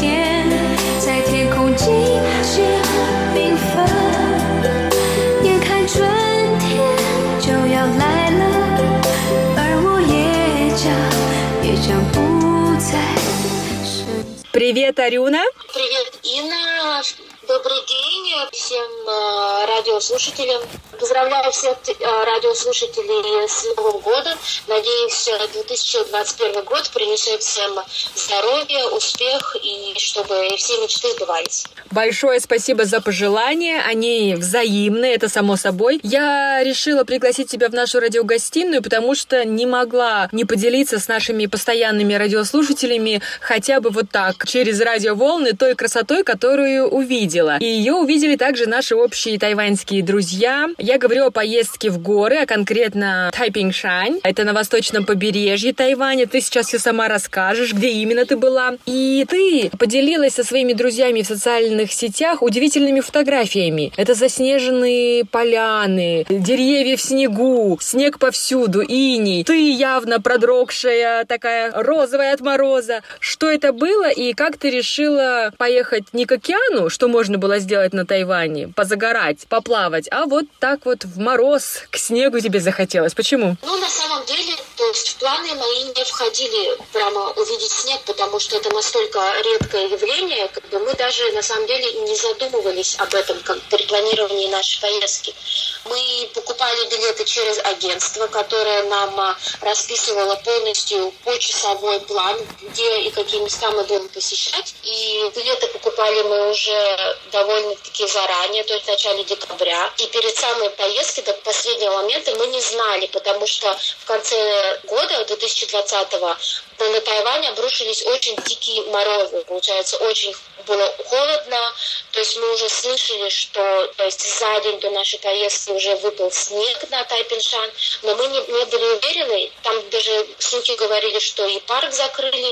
You Привет, Арюна. Привет, Инна. Добрый день всем э, радиослушателям. Поздравляю всех э, радиослушателей с Новым годом. Надеюсь, две тысячи двадцать первый год принесет всем здоровье, успех и чтобы все мечты сбывались. Большое спасибо за пожелания. Они взаимны, это само собой. Я решила пригласить тебя в нашу радиогостиную, потому что не могла не поделиться с нашими постоянными радиослушателями хотя бы вот так, через радиоволны, той красотой, которую увидела. И ее увидели также наши общие тайваньские друзья. Я говорю о поездке в горы, а конкретно Тайпиншань. Это на восточном побережье Тайваня. Ты сейчас все сама расскажешь, где именно ты была. И ты поделилась со своими друзьями в социальных сетях удивительными фотографиями. Это заснеженные поляны, деревья в снегу, снег повсюду, иней. Ты явно продрогшая, такая розовая от мороза. Что это было и как ты решила поехать не к океану, что можно было сделать на Тайване, позагорать, поплавать, а вот так вот в мороз, к снегу тебе захотелось. Почему? Ну, на самом деле, то есть в планы мои не входили прямо увидеть снег, потому что это настолько редкое явление, как бы мы даже на самом деле не задумывались об этом как при планировании нашей поездки. Мы покупали билеты через агентство, которое нам расписывало полностью почасовой план, где и какие места мы будем посещать. И билеты покупали мы уже довольно-таки заранее, то есть в начале декабря. И перед самой поездкой до последнего момента мы не знали, потому что в конце года, две тысячи двадцатого, на Тайвань обрушились очень дикие морозы. Получается, очень было холодно. То есть мы уже слышали, что то есть за день до нашей поездки уже выпал снег на Тайпиншань, но мы не, не были уверены. Там даже слухи говорили, что и парк закрыли,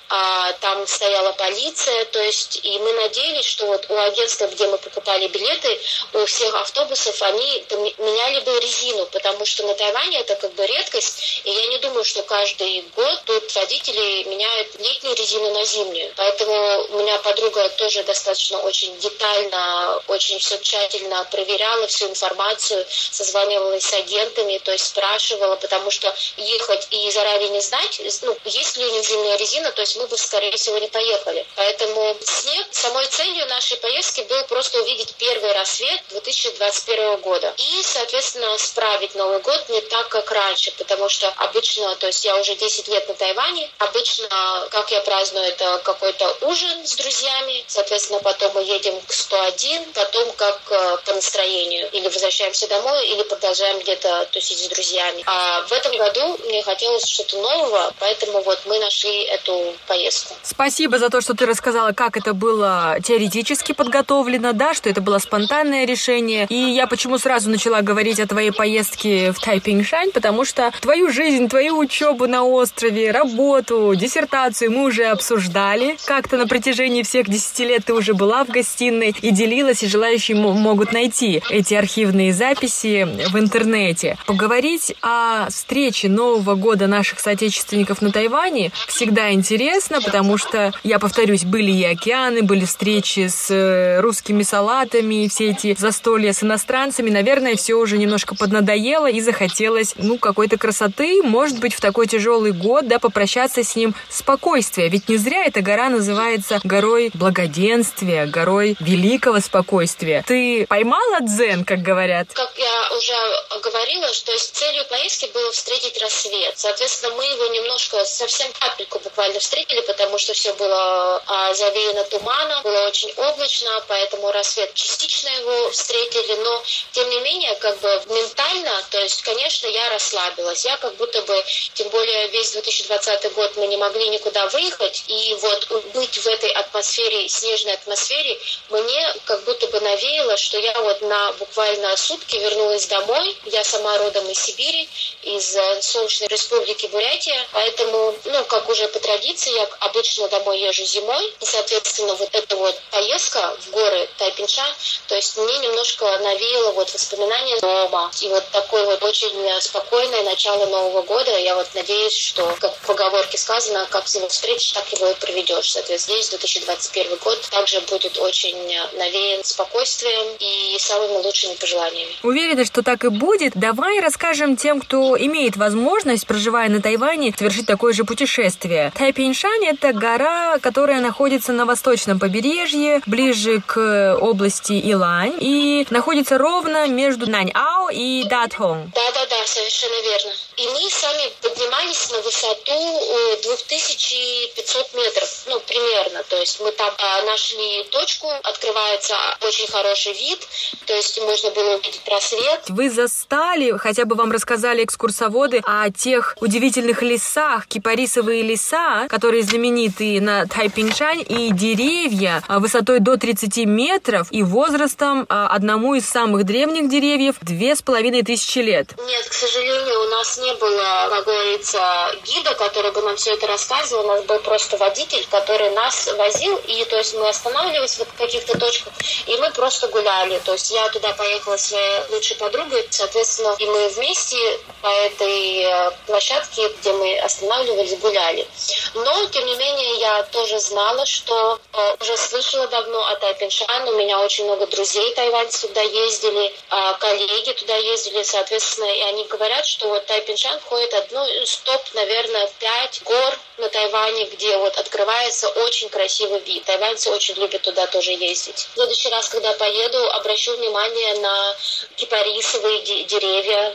а там стояла полиция, то есть и мы надеялись, что вот у агентства, где мы покупали билеты, у всех автобусов они меняли бы резину, потому что на Тайване это как бы редкость, и я не думаю, что каждый год тут водители меняют летнюю резину на зимнюю. Поэтому у меня подруга тоже достаточно очень детально, очень все тщательно проверяла всю информацию, созванивалась с агентами, то есть спрашивала, потому что ехать и заранее не знать, ну, есть ли у них зимняя резина, то есть мы бы, скорее всего, не поехали. Поэтому снег, самой целью нашей поездки был просто увидеть первый рассвет две тысячи двадцать первого года. И, соответственно, справить Новый год не так, как раньше, потому что обычно, то есть я уже десять лет на Тайване, обычно, как я праздную, это какой-то ужин с друзьями, соответственно, потом мы едем к сто один, потом как по настроению. Или возвращаемся домой, или продолжаем где-то тусить с друзьями. А в этом году мне хотелось что-то нового, поэтому вот мы нашли эту поездку. Спасибо за то, что ты рассказала, как это было теоретически подготовлено, да, что это было спонтанное решение. И я почему сразу начала говорить о твоей поездке в Тайпиншань, потому что твою жизнь, твою учебу на острове, работу, диссертацию мы уже обсуждали. Как-то на протяжении всех десяти лет ты уже была в гостиной и делилась, и желающие могут найти эти архивные записи в интернете. Поговорить о встрече Нового года наших соотечественников на Тайване всегда интересно, потому что, я повторюсь, были и океаны, были встречи с русскими салатами, все эти застолья с иностранцами. Наверное, все уже немножко поднадоело и захотелось, ну, какой-то красоты, может быть, в такой тяжелый год, да, попрощаться с ним спокойствия. Ведь не зря эта гора называется горой благоденствия, горой великого спокойствия. Ты поймала дзен, как говорят? Как я уже говорила, что целью поездки было встретить рассвет. Соответственно, мы его немножко, совсем капельку буквально встретили, потому что все было а, завеяно туманом, было очень облачно, поэтому рассвет частично его встретили, но тем не менее, как бы ментально, то есть, конечно, я расслабилась. Я как будто бы, тем более весь две тысячи двадцатый год мы не могли никуда выехать, и вот быть в этой атмосфере, снежной атмосфере, мне как будто бы навеяло, что я вот на буквально сутки вернулась домой. Я сама родом из Сибири, из солнечной республики Бурятия, поэтому, ну, как уже по традиции, я обычно домой езжу зимой, и, соответственно, вот эта вот поездка в горы Тайпиншань, то есть мне немножко навеяло вот воспоминания дома, и вот такое вот очень спокойное начало Нового года. Я вот надеюсь, что, как в поговорке сказано, как его встретишь, так его и проведешь. Соответственно, здесь две тысячи двадцать первый год также будет очень навеян спокойствием и самыми лучшими пожеланиями. Уверена, что так и будет. будет. Давай расскажем тем, кто имеет возможность, проживая на Тайване, совершить такое же путешествие. Тайпиншань – это гора, которая находится на восточном побережье, ближе к области Илань, и находится ровно между Наньао и Датхон. Да-да-да, совершенно верно. И мы сами поднимались на высоту две тысячи пятьсот метров, ну, примерно. То есть мы там а, нашли точку, открывается очень хороший вид, то есть можно было увидеть рассвет. Вы застали, хотя бы вам рассказали экскурсоводы о тех удивительных лесах, кипарисовые леса, которые знамениты на Тайпиншань, и деревья высотой до тридцати метров и возрастом одному из самых древних деревьев две с половиной тысячи лет. Нет, к сожалению, у нас не было, как говорится, гида, который бы нам все это рассказывал. У нас был просто водитель, который нас возил, и то есть мы останавливались в каких-то точках, и мы просто гуляли. То есть я туда поехала с своей лучшей подругой, соответственно, и мы вместе по этой площадке, где мы останавливались, гуляли. Но, тем не менее, я тоже знала, что э, уже слышала давно о Тайпиншань. У меня очень много друзей тайваньцев туда ездили, э, коллеги туда ездили, соответственно, и они говорят, что вот Тайпиншань входит одно из топ, наверное, в пять гор на Тайване, где вот открывается очень красивый вид. Тайваньцы очень любят туда тоже ездить. В следующий раз, когда поеду, обращу внимание на кипарисовые де- деревья.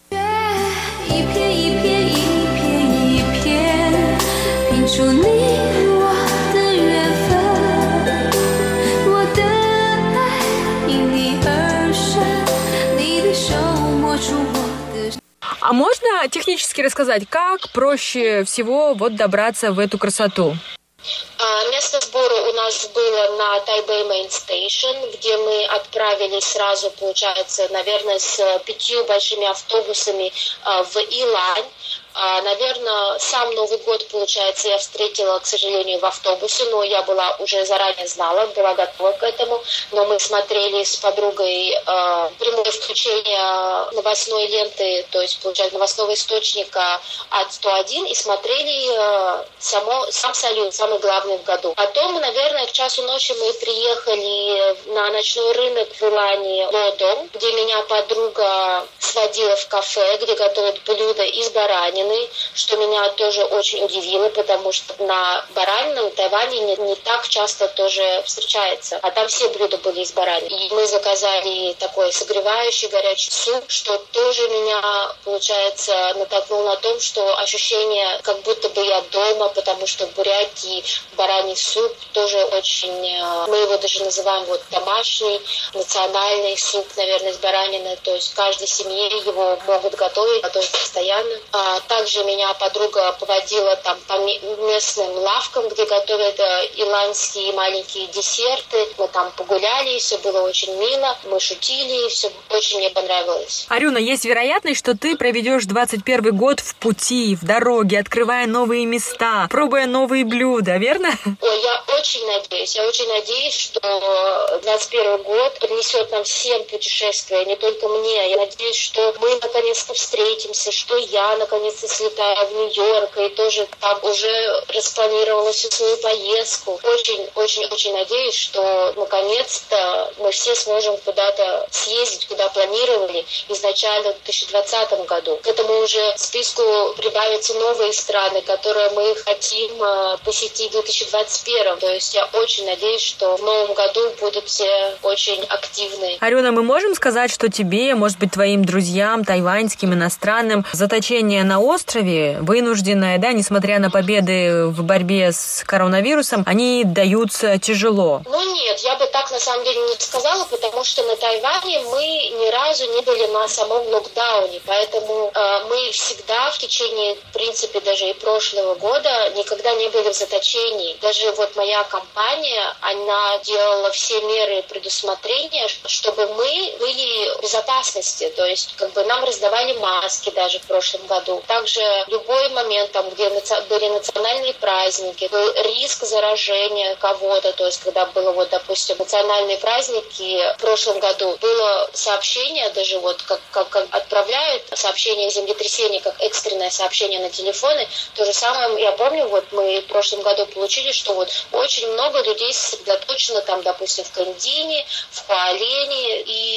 А можно технически рассказать, как проще всего вот добраться в эту красоту? Место сбора у нас было на Тайбэй Мейн Стейшн, где мы отправились сразу, получается, наверное, с пятью большими автобусами в Илань. Наверное, сам Новый год, получается, я встретила, к сожалению, в автобусе, но я была уже заранее знала, была готова к этому. Но мы смотрели с подругой э, прямое включение новостной ленты, то есть, получается, новостного источника от сто один, и смотрели э, само, сам салют, самый главный в году. Потом, наверное, к часу ночи мы приехали на ночной рынок в Илане Лодong, где меня подруга сводила в кафе, где готовят блюда из баранины, что меня тоже очень удивило, потому что на баранине в Тайване не, не так часто тоже встречается. А там все блюда были из баранины. И мы заказали такой согревающий горячий суп, что тоже меня, получается, натолкнуло на том, что ощущение, как будто бы я дома, потому что буряки, бараний суп тоже очень... Мы его даже называем вот домашний, национальный суп, наверное, из баранины. То есть в каждой семье его могут готовить, готовить постоянно. А также меня подруга поводила там по местным лавкам, где готовят иланьские маленькие десерты. Мы там погуляли, все было очень мило, мы шутили, все очень мне понравилось. Арюна, есть вероятность, что ты проведешь двадцать первый год в пути, в дороге, открывая новые места, пробуя новые блюда, верно? Ой, я очень надеюсь, я очень надеюсь, что двадцать первый год принесет нам всем путешествия, не только мне. Я надеюсь, что мы наконец-то встретимся, что я наконец-то слетаю в Нью-Йорк и тоже там уже распланировала всю свою поездку. Очень-очень-очень надеюсь, что наконец-то мы все сможем куда-то съездить, куда планировали изначально в две тысячи двадцатом году. К этому уже списку прибавятся новые страны, которые мы хотим посетить в две тысячи двадцать первом. То есть я очень надеюсь, что в новом году будут все очень активны. Арюна, мы можем сказать, что тебе, может быть, твоим друзьям, тайваньским, иностранным, заточение на острове, вынужденное, да, несмотря на победы в борьбе с коронавирусом, они даются тяжело? Ну нет, я бы так на самом деле не сказала, потому что на Тайване мы ни разу не были на самом локдауне, поэтому э, мы всегда в течение, в принципе, даже и прошлого года никогда не были в заточении. Даже вот моя компания, она делала все меры предусмотрения, чтобы мы были в безопасности, то есть как бы нам раздавали маски даже в прошлом году. Также в любой момент, там, где были национальные праздники, был риск заражения кого-то, то есть когда было, вот, допустим, национальные праздники в прошлом году, было сообщение, даже вот как, как, как отправляют сообщение о землетрясении, как экстренное сообщение на телефоны, то же самое, я помню, вот мы в прошлом году получили, что вот очень много людей сосредоточено там, допустим, в Кандине, в Хуалене и в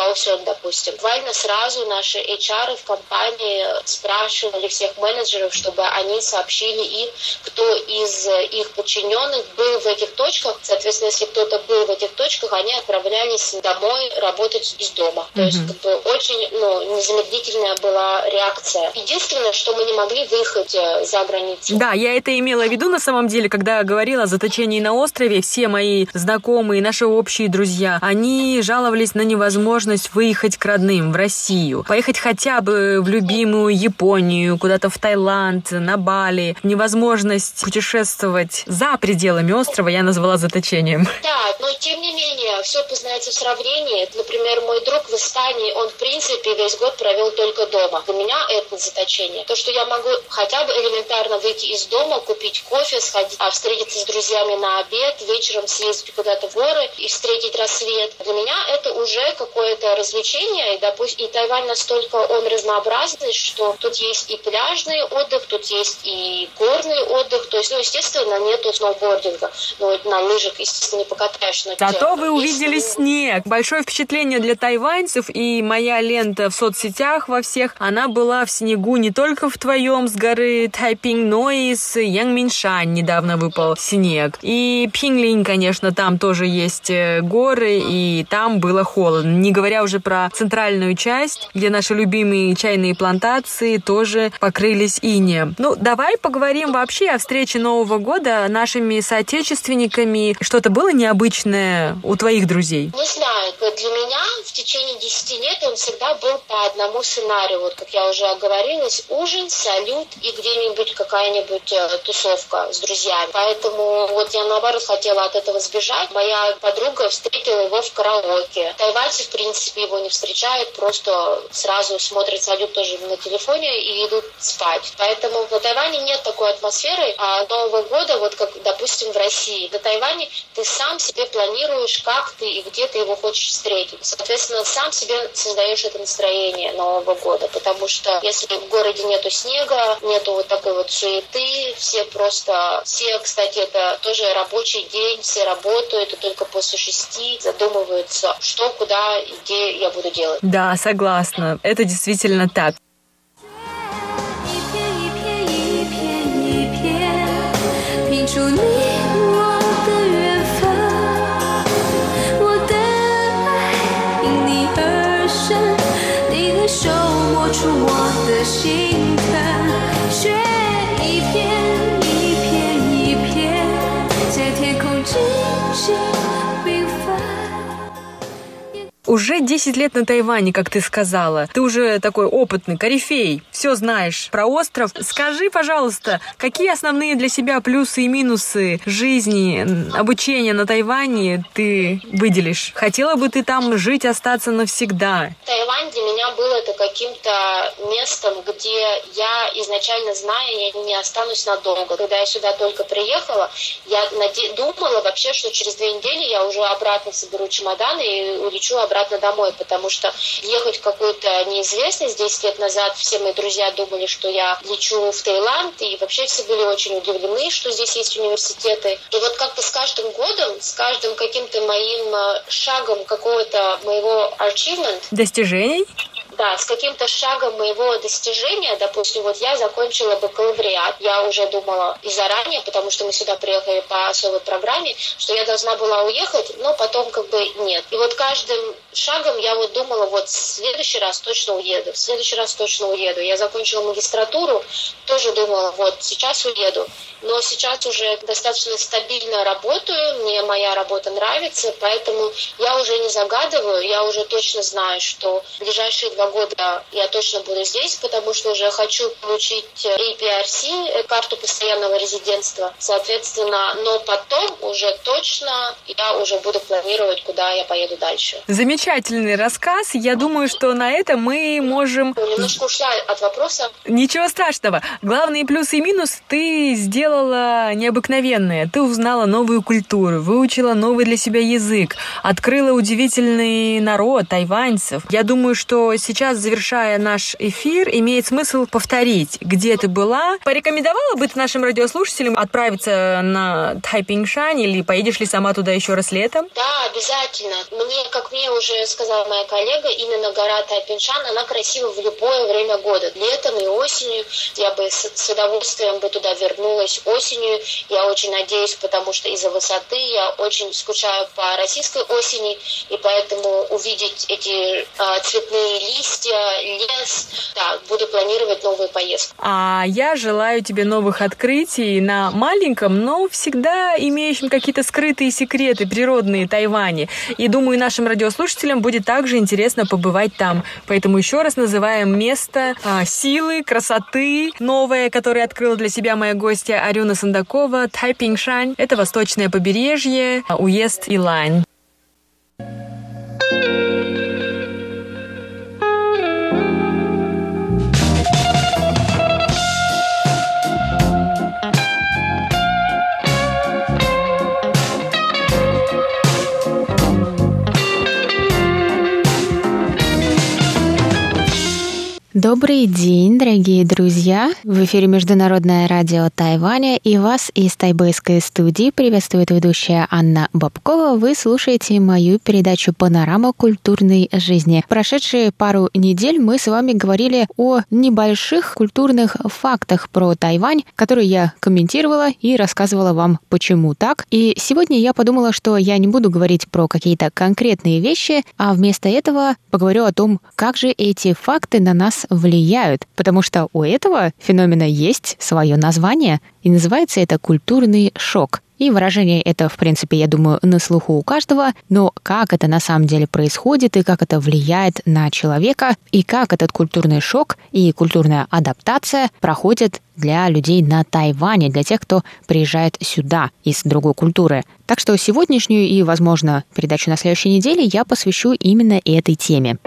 Каосюн, допустим. Буквально сразу наши эйч ар в компании спрашивали всех менеджеров, чтобы они сообщили им, кто из их подчиненных был в этих точках. Соответственно, если кто-то был в этих точках, они отправлялись домой работать из дома. Mm-hmm. То есть как бы очень ну, незамедлительная была реакция. Единственное, что мы не могли выехать за границу. Да, я это имела в виду на самом деле, когда говорила о заточении на острове. Все мои знакомые, наши общие друзья, они жаловались на невозможность выехать к родным в Россию. Поехать хотя бы в любимую Японию, куда-то в Таиланд, на Бали. Невозможность путешествовать за пределами острова я назвала заточением. Да, но тем не менее, все познается в сравнении. Например, мой друг в Испании, он в принципе весь год провел только дома. Для меня это заточение. То, что я могу хотя бы элементарно выйти из дома, купить кофе, сходить, а встретиться с друзьями на обед, вечером съездить куда-то в горы и встретить рассвет. Для меня это уже какое-то развлечение. И, допустим, и Тайвань настолько он разнообразный, что тут есть и пляжный отдых, тут есть и горный отдых. То есть, ну, естественно, нету сноубординга. Ну, на лыжах, естественно, не покатаешься. Зато вы увидели снег. Большое впечатление для тайваньцев, и моя лента в соцсетях во всех, она была в снегу не только в твоем с горы Тайпинг, но и с Янминшань недавно выпал снег. И Пинглинь, конечно, там тоже есть горы, и там было холодно. Не говоря уже про центральную часть, где наши любимые чайные плантации тоже покрылись инеем. Ну, давай поговорим вообще о встрече Нового года нашими соотечественниками. Что-то было необычное у твоих друзей? Не знаю. Для меня в течение десяти лет он всегда был по одному сценарию. Вот, как я уже оговорилась, ужин, салют и где-нибудь какая-нибудь э, тусовка с друзьями. Поэтому вот я, наоборот, хотела от этого сбежать. Моя подруга встретила его в караоке. Тайваньцы, в принципе, его не встречают, просто сразу смотрят салют тоже на телефоне и идут спать. Поэтому на Тайване нет такой атмосферы, а Нового года, вот как, допустим, в России, на Тайване ты сам себе планируешь, как ты и где ты его хочешь встретить. Соответственно, сам себе создаешь это настроение Нового года, потому что если в городе нету снега, нету вот такой вот суеты, все просто, все, кстати, это тоже рабочий день, все работают, и только после шести задумываются, что, куда и где я буду делать. Да, согласна. Это действительно так. Уже десять лет на Тайване, как ты сказала. Ты уже такой опытный, корифей, все знаешь про остров. Скажи, пожалуйста, какие основные для себя плюсы и минусы жизни, обучения на Тайване ты выделишь? Хотела бы ты там жить, остаться навсегда? Тайвань для меня был это каким-то местом, где я изначально знаю, я не останусь надолго. Когда я сюда только приехала, я наде- думала вообще, что через две недели я уже обратно соберу чемоданы и улечу обратно домой, потому что ехать в какую-то неизвестность десять лет назад все мои друзья думали, что я лечу в Таиланд, и вообще все были очень удивлены, что здесь есть университеты. И вот как-то с каждым годом, с каждым каким-то моим шагом какого-то моего achievement, достижений, да, с каким-то шагом моего достижения, допустим, вот я закончила бакалавриат, я уже думала и заранее, потому что мы сюда приехали по особой программе, что я должна была уехать, но потом как бы нет. И вот каждым шагом я вот думала, вот в следующий раз точно уеду, в следующий раз точно уеду. Я закончила магистратуру, тоже думала, вот сейчас уеду. Но сейчас уже достаточно стабильно работаю, мне моя работа нравится, поэтому я уже не загадываю, я уже точно знаю, что в ближайшие два года я точно буду здесь, потому что уже хочу получить эй пи ар си, карту постоянного резидентства, соответственно, но потом уже точно я уже буду планировать, куда я поеду дальше. Замечательный рассказ. Я думаю, что на этом мы можем... Немножко ушла от вопроса. Ничего страшного. Главные плюсы и минусы ты сделала необыкновенные. Ты узнала новую культуру, выучила новый для себя язык, открыла удивительный народ тайваньцев. Я думаю, что сейчас сейчас, завершая наш эфир, имеет смысл повторить, где ты была. Порекомендовала бы ты нашим радиослушателям отправиться на Тайпиншань или поедешь ли сама туда еще раз летом? Да, обязательно. Мне, как мне уже сказала моя коллега, именно гора Тайпиншань, она красива в любое время года. Летом и осенью. Я бы с, с удовольствием бы туда вернулась осенью. Я очень надеюсь, потому что из-за высоты я очень скучаю по российской осени, и поэтому увидеть эти а, цветные листья, лес, да, буду планировать новую поездку. А я желаю тебе новых открытий на маленьком, но всегда имеющем какие-то скрытые секреты природные Тайване. И думаю, нашим радиослушателям будет также интересно побывать там. Поэтому еще раз называем место а, силы, красоты, новое, которое открыла для себя моя гостья Арюна Сандакова, Тайпиншань. Это восточное побережье, уезд Илань. Добрый день, дорогие друзья! В эфире Международное радио Тайваня, и вас из тайбэйской студии приветствует ведущая Анна Бабкова. Вы слушаете мою передачу «Панорама культурной жизни». В прошедшие пару недель мы с вами говорили о небольших культурных фактах про Тайвань, которые я комментировала и рассказывала вам, почему так. И сегодня я подумала, что я не буду говорить про какие-то конкретные вещи, а вместо этого поговорю о том, как же эти факты на нас влияют, потому что у этого феномена есть свое название, и называется это культурный шок. И выражение это, в принципе, я думаю, на слуху у каждого, но как это на самом деле происходит, и как это влияет на человека, и как этот культурный шок и культурная адаптация проходят для людей на Тайване, для тех, кто приезжает сюда из другой культуры. Так что сегодняшнюю и, возможно, передачу на следующей неделе я посвящу именно этой теме.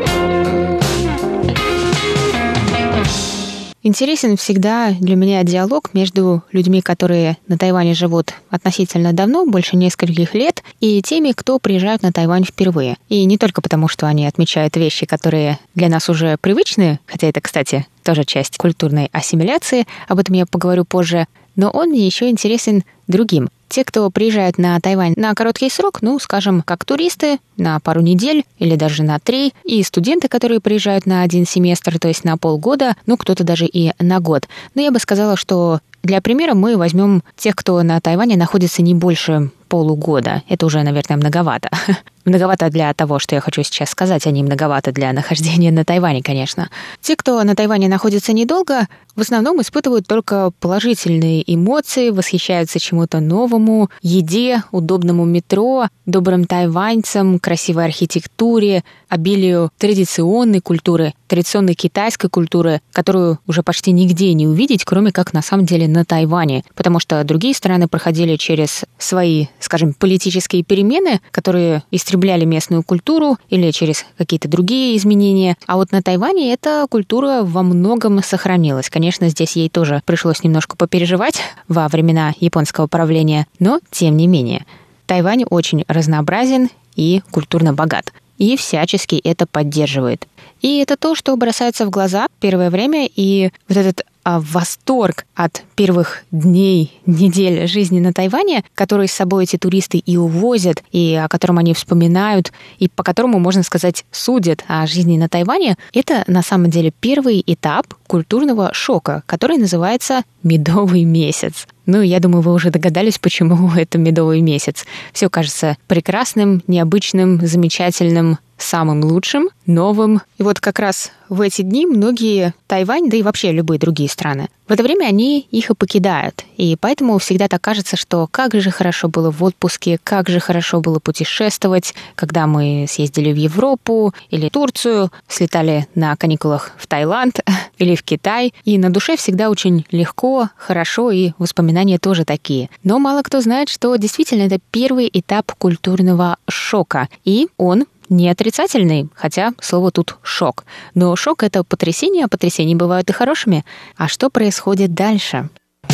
Интересен всегда для меня диалог между людьми, которые на Тайване живут относительно давно, больше нескольких лет, и теми, кто приезжает на Тайвань впервые. И не только потому, что они отмечают вещи, которые для нас уже привычны, хотя это, кстати, тоже часть культурной ассимиляции, об этом я поговорю позже, но он мне еще интересен другим. Те, кто приезжает на Тайвань на короткий срок, ну, скажем, как туристы, на пару недель или даже на три, и студенты, которые приезжают на один семестр, то есть на полгода, ну, кто-то даже и на год. Но я бы сказала, что для примера мы возьмем тех, кто на Тайване находится не больше полугода. Это уже, наверное, многовато. Многовато для того, что я хочу сейчас сказать, а не многовато для нахождения на Тайване, конечно. Те, кто на Тайване находится недолго, в основном испытывают только положительные эмоции, восхищаются чему-то новому, еде, удобному метро, добрым тайваньцам, красивой архитектуре, обилию традиционной культуры, традиционной китайской культуры, которую уже почти нигде не увидеть, кроме как на самом деле на Тайване. Потому что другие страны проходили через свои, скажем, политические перемены, которые истребляли местную культуру или через какие-то другие изменения. А вот на Тайване эта культура во многом сохранилась. Конечно, здесь ей тоже пришлось немножко попереживать во времена японского правления, но тем не менее. Тайвань очень разнообразен и культурно богат, и всячески это поддерживает. И это то, что бросается в глаза первое время, и вот этот а, восторг от первых дней, недель жизни на Тайване, который с собой эти туристы и увозят, и о котором они вспоминают, и по которому, можно сказать, судят о жизни на Тайване, это на самом деле первый этап культурного шока, который называется «медовый месяц». Ну, я думаю, вы уже догадались, почему это медовый месяц. Все кажется прекрасным, необычным, замечательным, самым лучшим, новым. И вот как раз в эти дни многие Тайвань, да и вообще любые другие страны, в это время они их и покидают. И поэтому всегда так кажется, что как же хорошо было в отпуске, как же хорошо было путешествовать, когда мы съездили в Европу или Турцию, слетали на каникулах в Таиланд или в Китай. И на душе всегда очень легко, хорошо, и воспоминания тоже такие. Но мало кто знает, что действительно это первый этап культурного шока. И он не отрицательный, хотя слово тут «шок». Но шок — это потрясение, а потрясения бывают и хорошими. А что происходит дальше?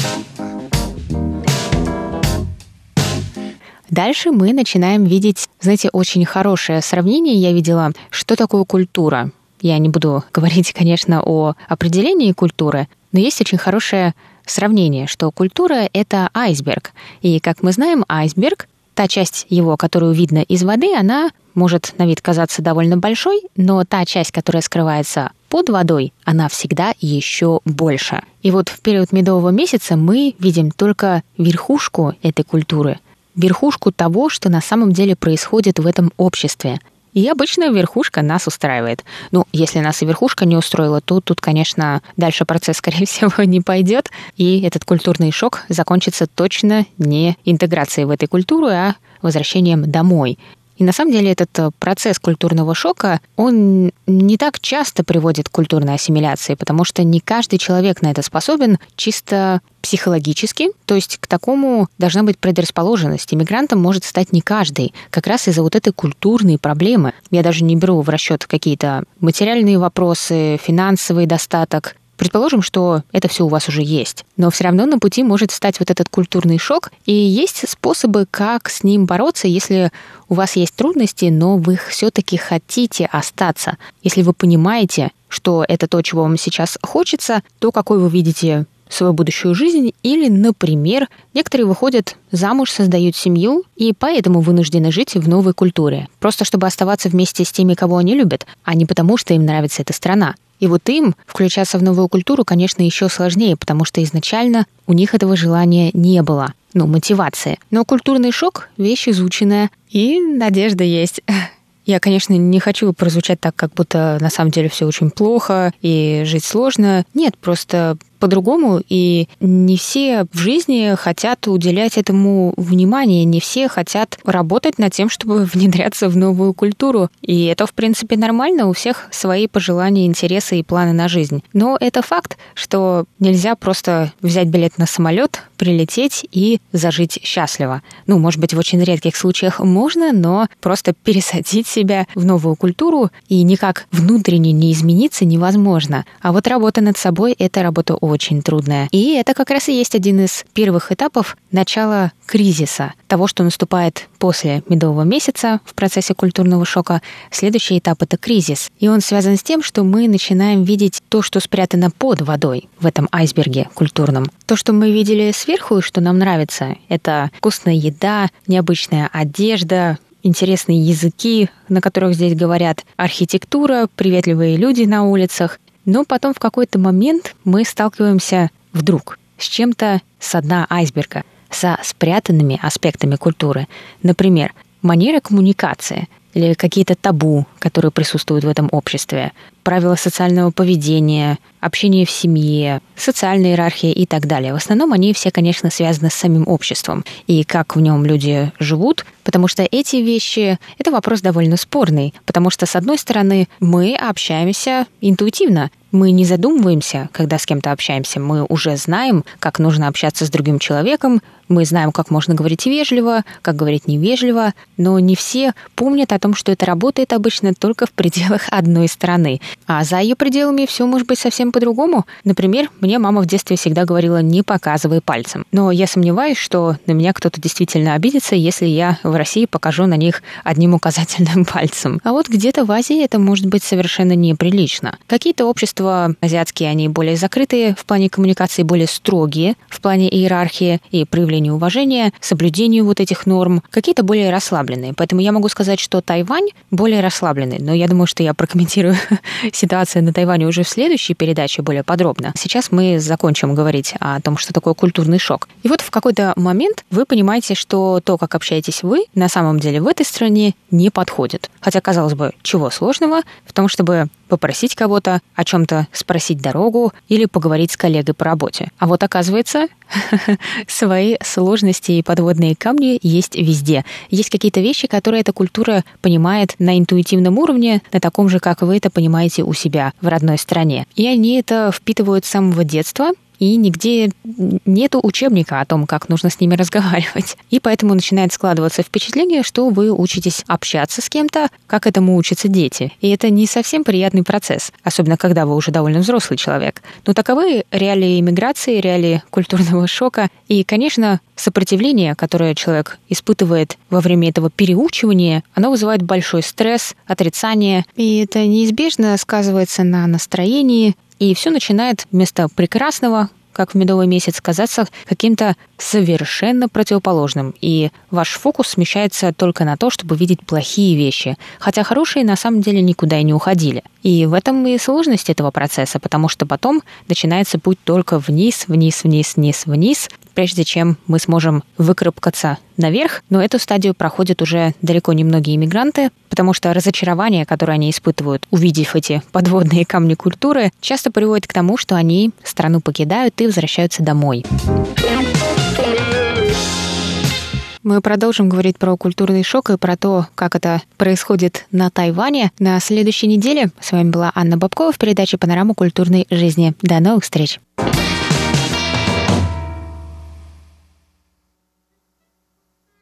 Дальше мы начинаем видеть, знаете, очень хорошее сравнение. Я видела, что такое культура. Я не буду говорить, конечно, о определении культуры, но есть очень хорошее сравнение, что культура — это айсберг. И, как мы знаем, айсберг, та часть его, которую видно из воды, она может на вид казаться довольно большой, но та часть, которая скрывается под водой, она всегда еще больше. И вот в период медового месяца мы видим только верхушку этой культуры, верхушку того, что на самом деле происходит в этом обществе. И обычно верхушка нас устраивает. Ну, если нас и верхушка не устроила, то тут, конечно, дальше процесс, скорее всего, не пойдет, и этот культурный шок закончится точно не интеграцией в эту культуру, а возвращением домой. И на самом деле этот процесс культурного шока, он не так часто приводит к культурной ассимиляции, потому что не каждый человек на это способен чисто психологически, то есть к такому должна быть предрасположенность. Иммигрантом может стать не каждый, как раз из-за вот этой культурной проблемы. Я даже не беру в расчет какие-то материальные вопросы, финансовый достаток. Предположим, что это все у вас уже есть, но все равно на пути может встать вот этот культурный шок, и есть способы, как с ним бороться, если у вас есть трудности, но вы все-таки хотите остаться. Если вы понимаете, что это то, чего вам сейчас хочется, то какой вы видите свою будущую жизнь, или, например, некоторые выходят замуж, создают семью и поэтому вынуждены жить в новой культуре, просто чтобы оставаться вместе с теми, кого они любят, а не потому, что им нравится эта страна. И вот им включаться в новую культуру, конечно, еще сложнее, потому что изначально у них этого желания не было, ну, мотивации. Но культурный шок — вещь изученная, и надежда есть. Я, конечно, не хочу прозвучать так, как будто на самом деле все очень плохо и жить сложно. Нет, просто по-другому, и не все в жизни хотят уделять этому внимание, не все хотят работать над тем, чтобы внедряться в новую культуру. И это, в принципе, нормально, у всех свои пожелания, интересы и планы на жизнь. Но это факт, что нельзя просто взять билет на самолет, прилететь и зажить счастливо. Ну, может быть, в очень редких случаях можно, но просто пересадить себя в новую культуру и никак внутренне не измениться невозможно. А вот работа над собой — это работа очень трудная. И это как раз и есть один из первых этапов начала кризиса, того, что наступает после медового месяца в процессе культурного шока. Следующий этап — это кризис. И он связан с тем, что мы начинаем видеть то, что спрятано под водой в этом айсберге культурном. То, что мы видели сверху и что нам нравится, это вкусная еда, необычная одежда, интересные языки, на которых здесь говорят, архитектура, приветливые люди на улицах. Но потом в какой-то момент мы сталкиваемся вдруг с чем-то со дна айсберга, со спрятанными аспектами культуры. Например, манера коммуникации или какие-то табу, которые присутствуют в этом обществе, правила социального поведения, общение в семье, социальная иерархия и так далее. В основном они все, конечно, связаны с самим обществом и как в нем люди живут, потому что эти вещи — это вопрос довольно спорный, потому что, с одной стороны, мы общаемся интуитивно, мы не задумываемся, когда с кем-то общаемся, мы уже знаем, как нужно общаться с другим человеком, мы знаем, как можно говорить вежливо, как говорить невежливо, но не все помнят о том, что это работает обычно только в пределах одной страны. А за ее пределами все может быть совсем по-другому. Например, мне мама в детстве всегда говорила: не показывай пальцем. Но я сомневаюсь, что на меня кто-то действительно обидится, если я в России покажу на них одним указательным пальцем. А вот где-то в Азии это может быть совершенно неприлично. Какие-то общества азиатские, они более закрытые в плане коммуникации, более строгие в плане иерархии и проявления уважения, соблюдению вот этих норм. Какие-то более расслабленные. Поэтому я могу сказать, что Тайвань более расслабленный. Но я думаю, что я прокомментирую ситуацию на Тайване уже в следующей передаче более подробно. Сейчас мы закончим говорить о том, что такое культурный шок. И вот в какой-то момент вы понимаете, что то, как общаетесь вы, на самом деле в этой стране не подходит. Хотя, казалось бы, чего сложного в том, чтобы попросить кого-то о чем-то, спросить дорогу или поговорить с коллегой по работе. А вот оказывается, свои сложности и подводные камни есть везде. Есть какие-то вещи, которые эта культура понимает на интуитивном уровне, на таком же, как вы это понимаете у себя в родной стране. И они это впитывают с самого детства, и нигде нету учебника о том, как нужно с ними разговаривать. И поэтому начинает складываться впечатление, что вы учитесь общаться с кем-то, как этому учатся дети. И это не совсем приятный процесс, особенно когда вы уже довольно взрослый человек. Но таковы реалии иммиграции, реалии культурного шока. И, конечно, сопротивление, которое человек испытывает во время этого переучивания, оно вызывает большой стресс, отрицание, и это неизбежно сказывается на настроении, и все начинает вместо прекрасного, как в медовый месяц, казаться каким-то совершенно противоположным. И ваш фокус смещается только на то, чтобы видеть плохие вещи, хотя хорошие на самом деле никуда и не уходили. И в этом и сложность этого процесса, потому что потом начинается путь только вниз, вниз, вниз, вниз, вниз, прежде чем мы сможем выкарабкаться наверх. Но эту стадию проходят уже далеко не многие иммигранты, потому что разочарование, которое они испытывают, увидев эти подводные камни культуры, часто приводит к тому, что они страну покидают и возвращаются домой. Мы продолжим говорить про культурный шок и про то, как это происходит на Тайване на следующей неделе. С вами была Анна Бабкова в передаче «Панорама культурной жизни». До новых встреч!